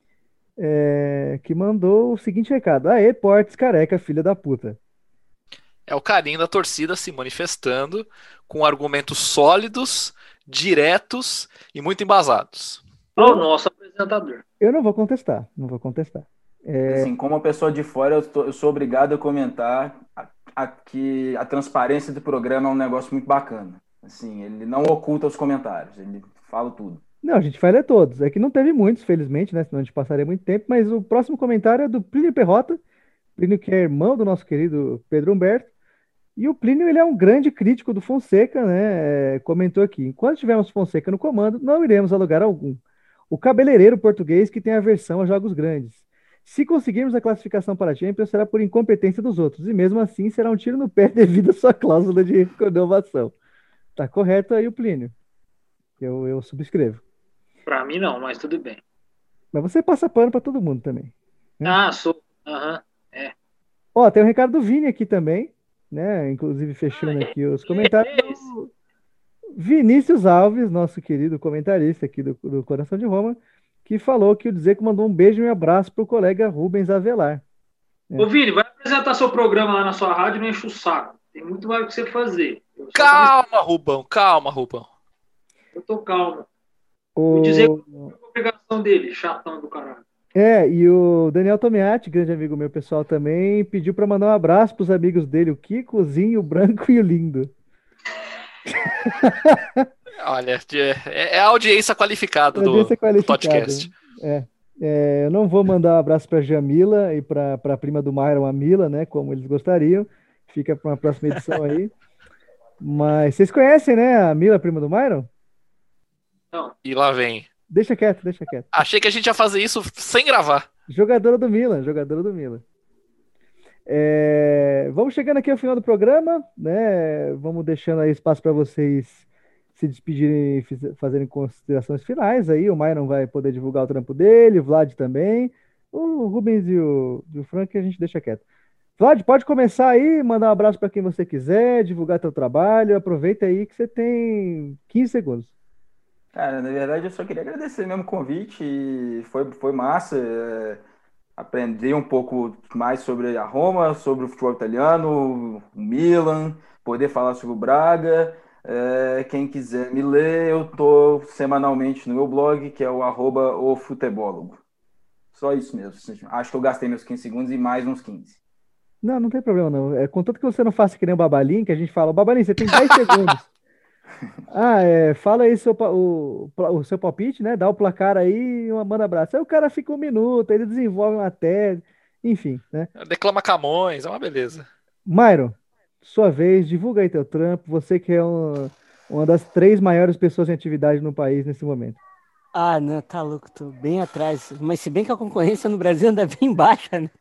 que mandou o seguinte recado: Aê, Portes careca, filha da puta. É o carinho da torcida se manifestando com argumentos sólidos, diretos e muito embasados. O nosso apresentador. Eu não vou contestar. Assim, como uma pessoa de fora, eu sou obrigado a comentar que a transparência do programa é um negócio muito bacana. Assim, ele não oculta os comentários, ele fala tudo. Não, a gente vai ler todos. É que não teve muitos, felizmente, né? Senão a gente passaria muito tempo. Mas o próximo comentário é do Plínio Perrota. Plínio, que é irmão do nosso querido Pedro Humberto. E o Plínio, ele é um grande crítico do Fonseca, né? Comentou aqui: enquanto tivermos Fonseca no comando, não iremos a lugar algum. O cabeleireiro português que tem aversão a jogos grandes. Se conseguirmos a classificação para a Champions, será por incompetência dos outros. E mesmo assim, será um tiro no pé devido à sua cláusula de renovação. Tá correto aí o Plínio. Eu subscrevo. Pra mim não, mas tudo bem. Mas você passa pano para todo mundo também. Né? Sou. Ó, tem um recado do Vini aqui também, né? Inclusive fechando aqui os comentários do Vinícius Alves, nosso querido comentarista aqui do Coração de Roma, que falou que o Dzeko mandou um beijo e um abraço pro colega Rubens Avelar. Ô, Vini, vai apresentar seu programa lá na sua rádio e não enche o saco. Tem muito mais o que você fazer. Calma, Rubão. Eu tô calmo. Vou dizer qual é a obrigação dele, chatão do caralho. E o Daniel Tomiati, grande amigo meu pessoal também, pediu para mandar um abraço pros amigos dele, o Kiko, o Zinho, o Branco e o Lindo. Olha, é a audiência qualificada do podcast. Eu não vou mandar um abraço para Jamila e para a prima do Myron, a Mila, né? Como eles gostariam. Fica para uma próxima edição aí. Mas vocês conhecem, né? A Mila, prima do Myron? Não. E lá vem. Deixa quieto. Achei que a gente ia fazer isso sem gravar. Jogadora do Milan. Vamos chegando aqui ao final do programa, né? Vamos deixando aí espaço para vocês se despedirem e fazerem considerações finais aí. O Myron vai poder divulgar o trampo dele, o Vlad também. O Rubens e o Frank a gente deixa quieto. Vlad, pode começar aí, mandar um abraço para quem você quiser, divulgar teu trabalho. Aproveita aí que você tem 15 segundos. Cara, na verdade eu só queria agradecer mesmo o convite e foi massa. Aprender um pouco mais sobre a Roma, sobre o futebol italiano, o Milan, poder falar sobre o Braga. Quem quiser me ler, eu tô semanalmente no meu blog, que é o @ofutebólogo. Só isso mesmo. Acho que eu gastei meus 15 segundos e mais uns 15. Não tem problema não. Contanto que você não faça que nem o Babalim, que a gente fala: Babalim, você tem 10 segundos. Fala aí o seu palpite, né? Dá o placar aí e manda abraço. Aí o cara fica 1 minuto, ele desenvolve uma tese, enfim, né? Declama Camões, é uma beleza. Myron, sua vez, divulga aí teu trampo. Você que é uma das 3 maiores pessoas em atividade no país nesse momento. Ah, não, tá louco, tô bem atrás. Mas se bem que a concorrência no Brasil anda bem baixa, né?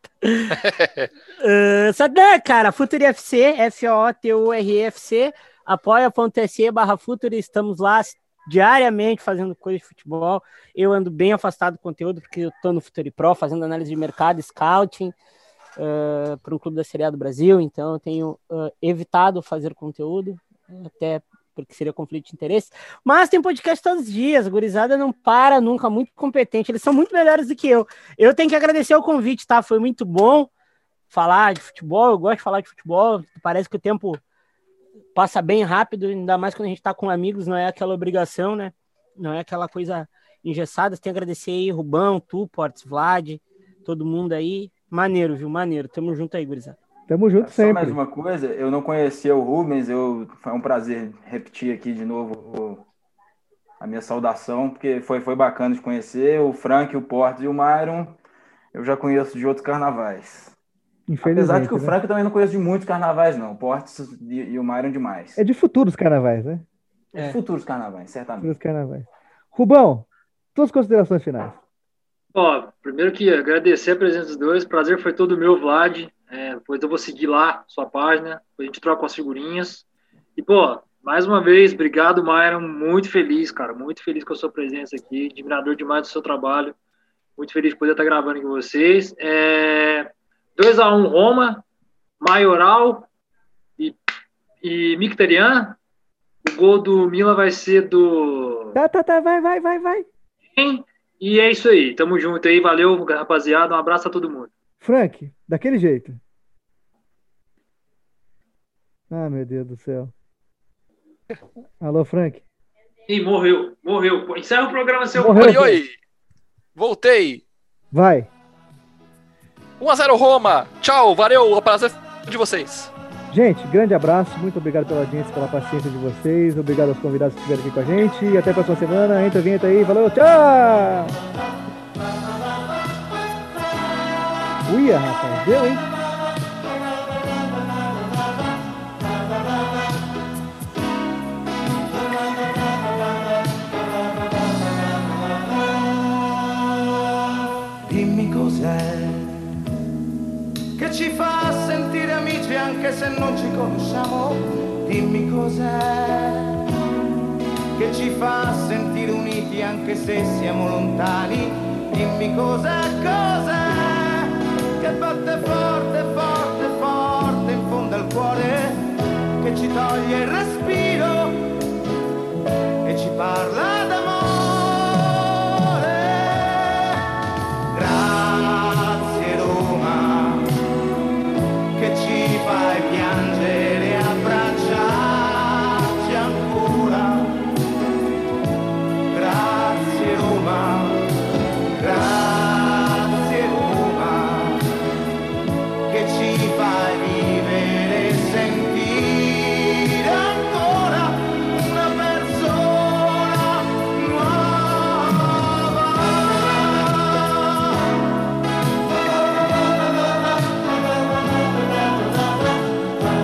Só dá, cara, Futuri FC, FOTURFC, apoia.se/Futuri, estamos lá diariamente fazendo coisa de futebol. Eu ando bem afastado do conteúdo, porque eu tô no Futuri Pro, fazendo análise de mercado, scouting, para um clube da Série A do Brasil, então eu tenho evitado fazer conteúdo, até porque seria conflito de interesse, mas tem podcast todos os dias, a gurizada não para nunca, muito competente, eles são muito melhores do que eu. Eu tenho que agradecer o convite, tá? Foi muito bom falar de futebol, eu gosto de falar de futebol, parece que o tempo passa bem rápido, ainda mais quando a gente tá com amigos, não é aquela obrigação, né? Não é aquela coisa engessada. Tenho que agradecer aí, Rubão, tu, Portes, Vlad, todo mundo aí. Maneiro, viu? Maneiro. Tamo junto aí, gurizada. Tamo junto Só sempre. mais uma coisa, eu não conhecia o Rubens, foi um prazer repetir aqui de novo a minha saudação, porque foi bacana de conhecer. O Frank, o Portes e o Myron, eu já conheço de outros carnavais. Apesar de que o Frank eu também não conheço de muitos carnavais, não. O Portes e o Myron demais. É de futuros carnavais, né? É de futuros carnavais, certamente. Futuros carnavais. Rubão, tuas considerações finais. Ó, primeiro que agradecer a presença dos dois. Prazer foi todo meu, Vlad. Depois eu vou seguir lá sua página. A gente troca as figurinhas. E, pô, mais uma vez, obrigado, Myron. Muito feliz, cara. Muito feliz com a sua presença aqui. Admirador demais do seu trabalho. Muito feliz de poder estar gravando com vocês. 2-1 Roma, Maioral e Mkhitaryan. O gol do Milan vai ser do... Tá, vai. E é isso aí, tamo junto aí, valeu, rapaziada, um abraço a todo mundo. Frank, daquele jeito. Ah, meu Deus do céu. Alô, Frank. Ih, morreu. Encerra o programa, seu... Oi, voltei. Vai. 1-0 Roma, tchau, valeu, o prazer de vocês. Gente, grande abraço, muito obrigado pela audiência, pela paciência de vocês, obrigado aos convidados que estiveram aqui com a gente e até a próxima semana. Entra a vinheta aí, valeu, tchau! Uia, rapaz, deu, hein? Dimmi cos'è che ci fa sentire amici anche se non ci conosciamo. Dimmi cos'è che ci fa sentire uniti anche se siamo lontani. Dimmi cos'è che batte forte, forte, forte in fondo al cuore, che ci toglie il respiro e ci parla d'amore.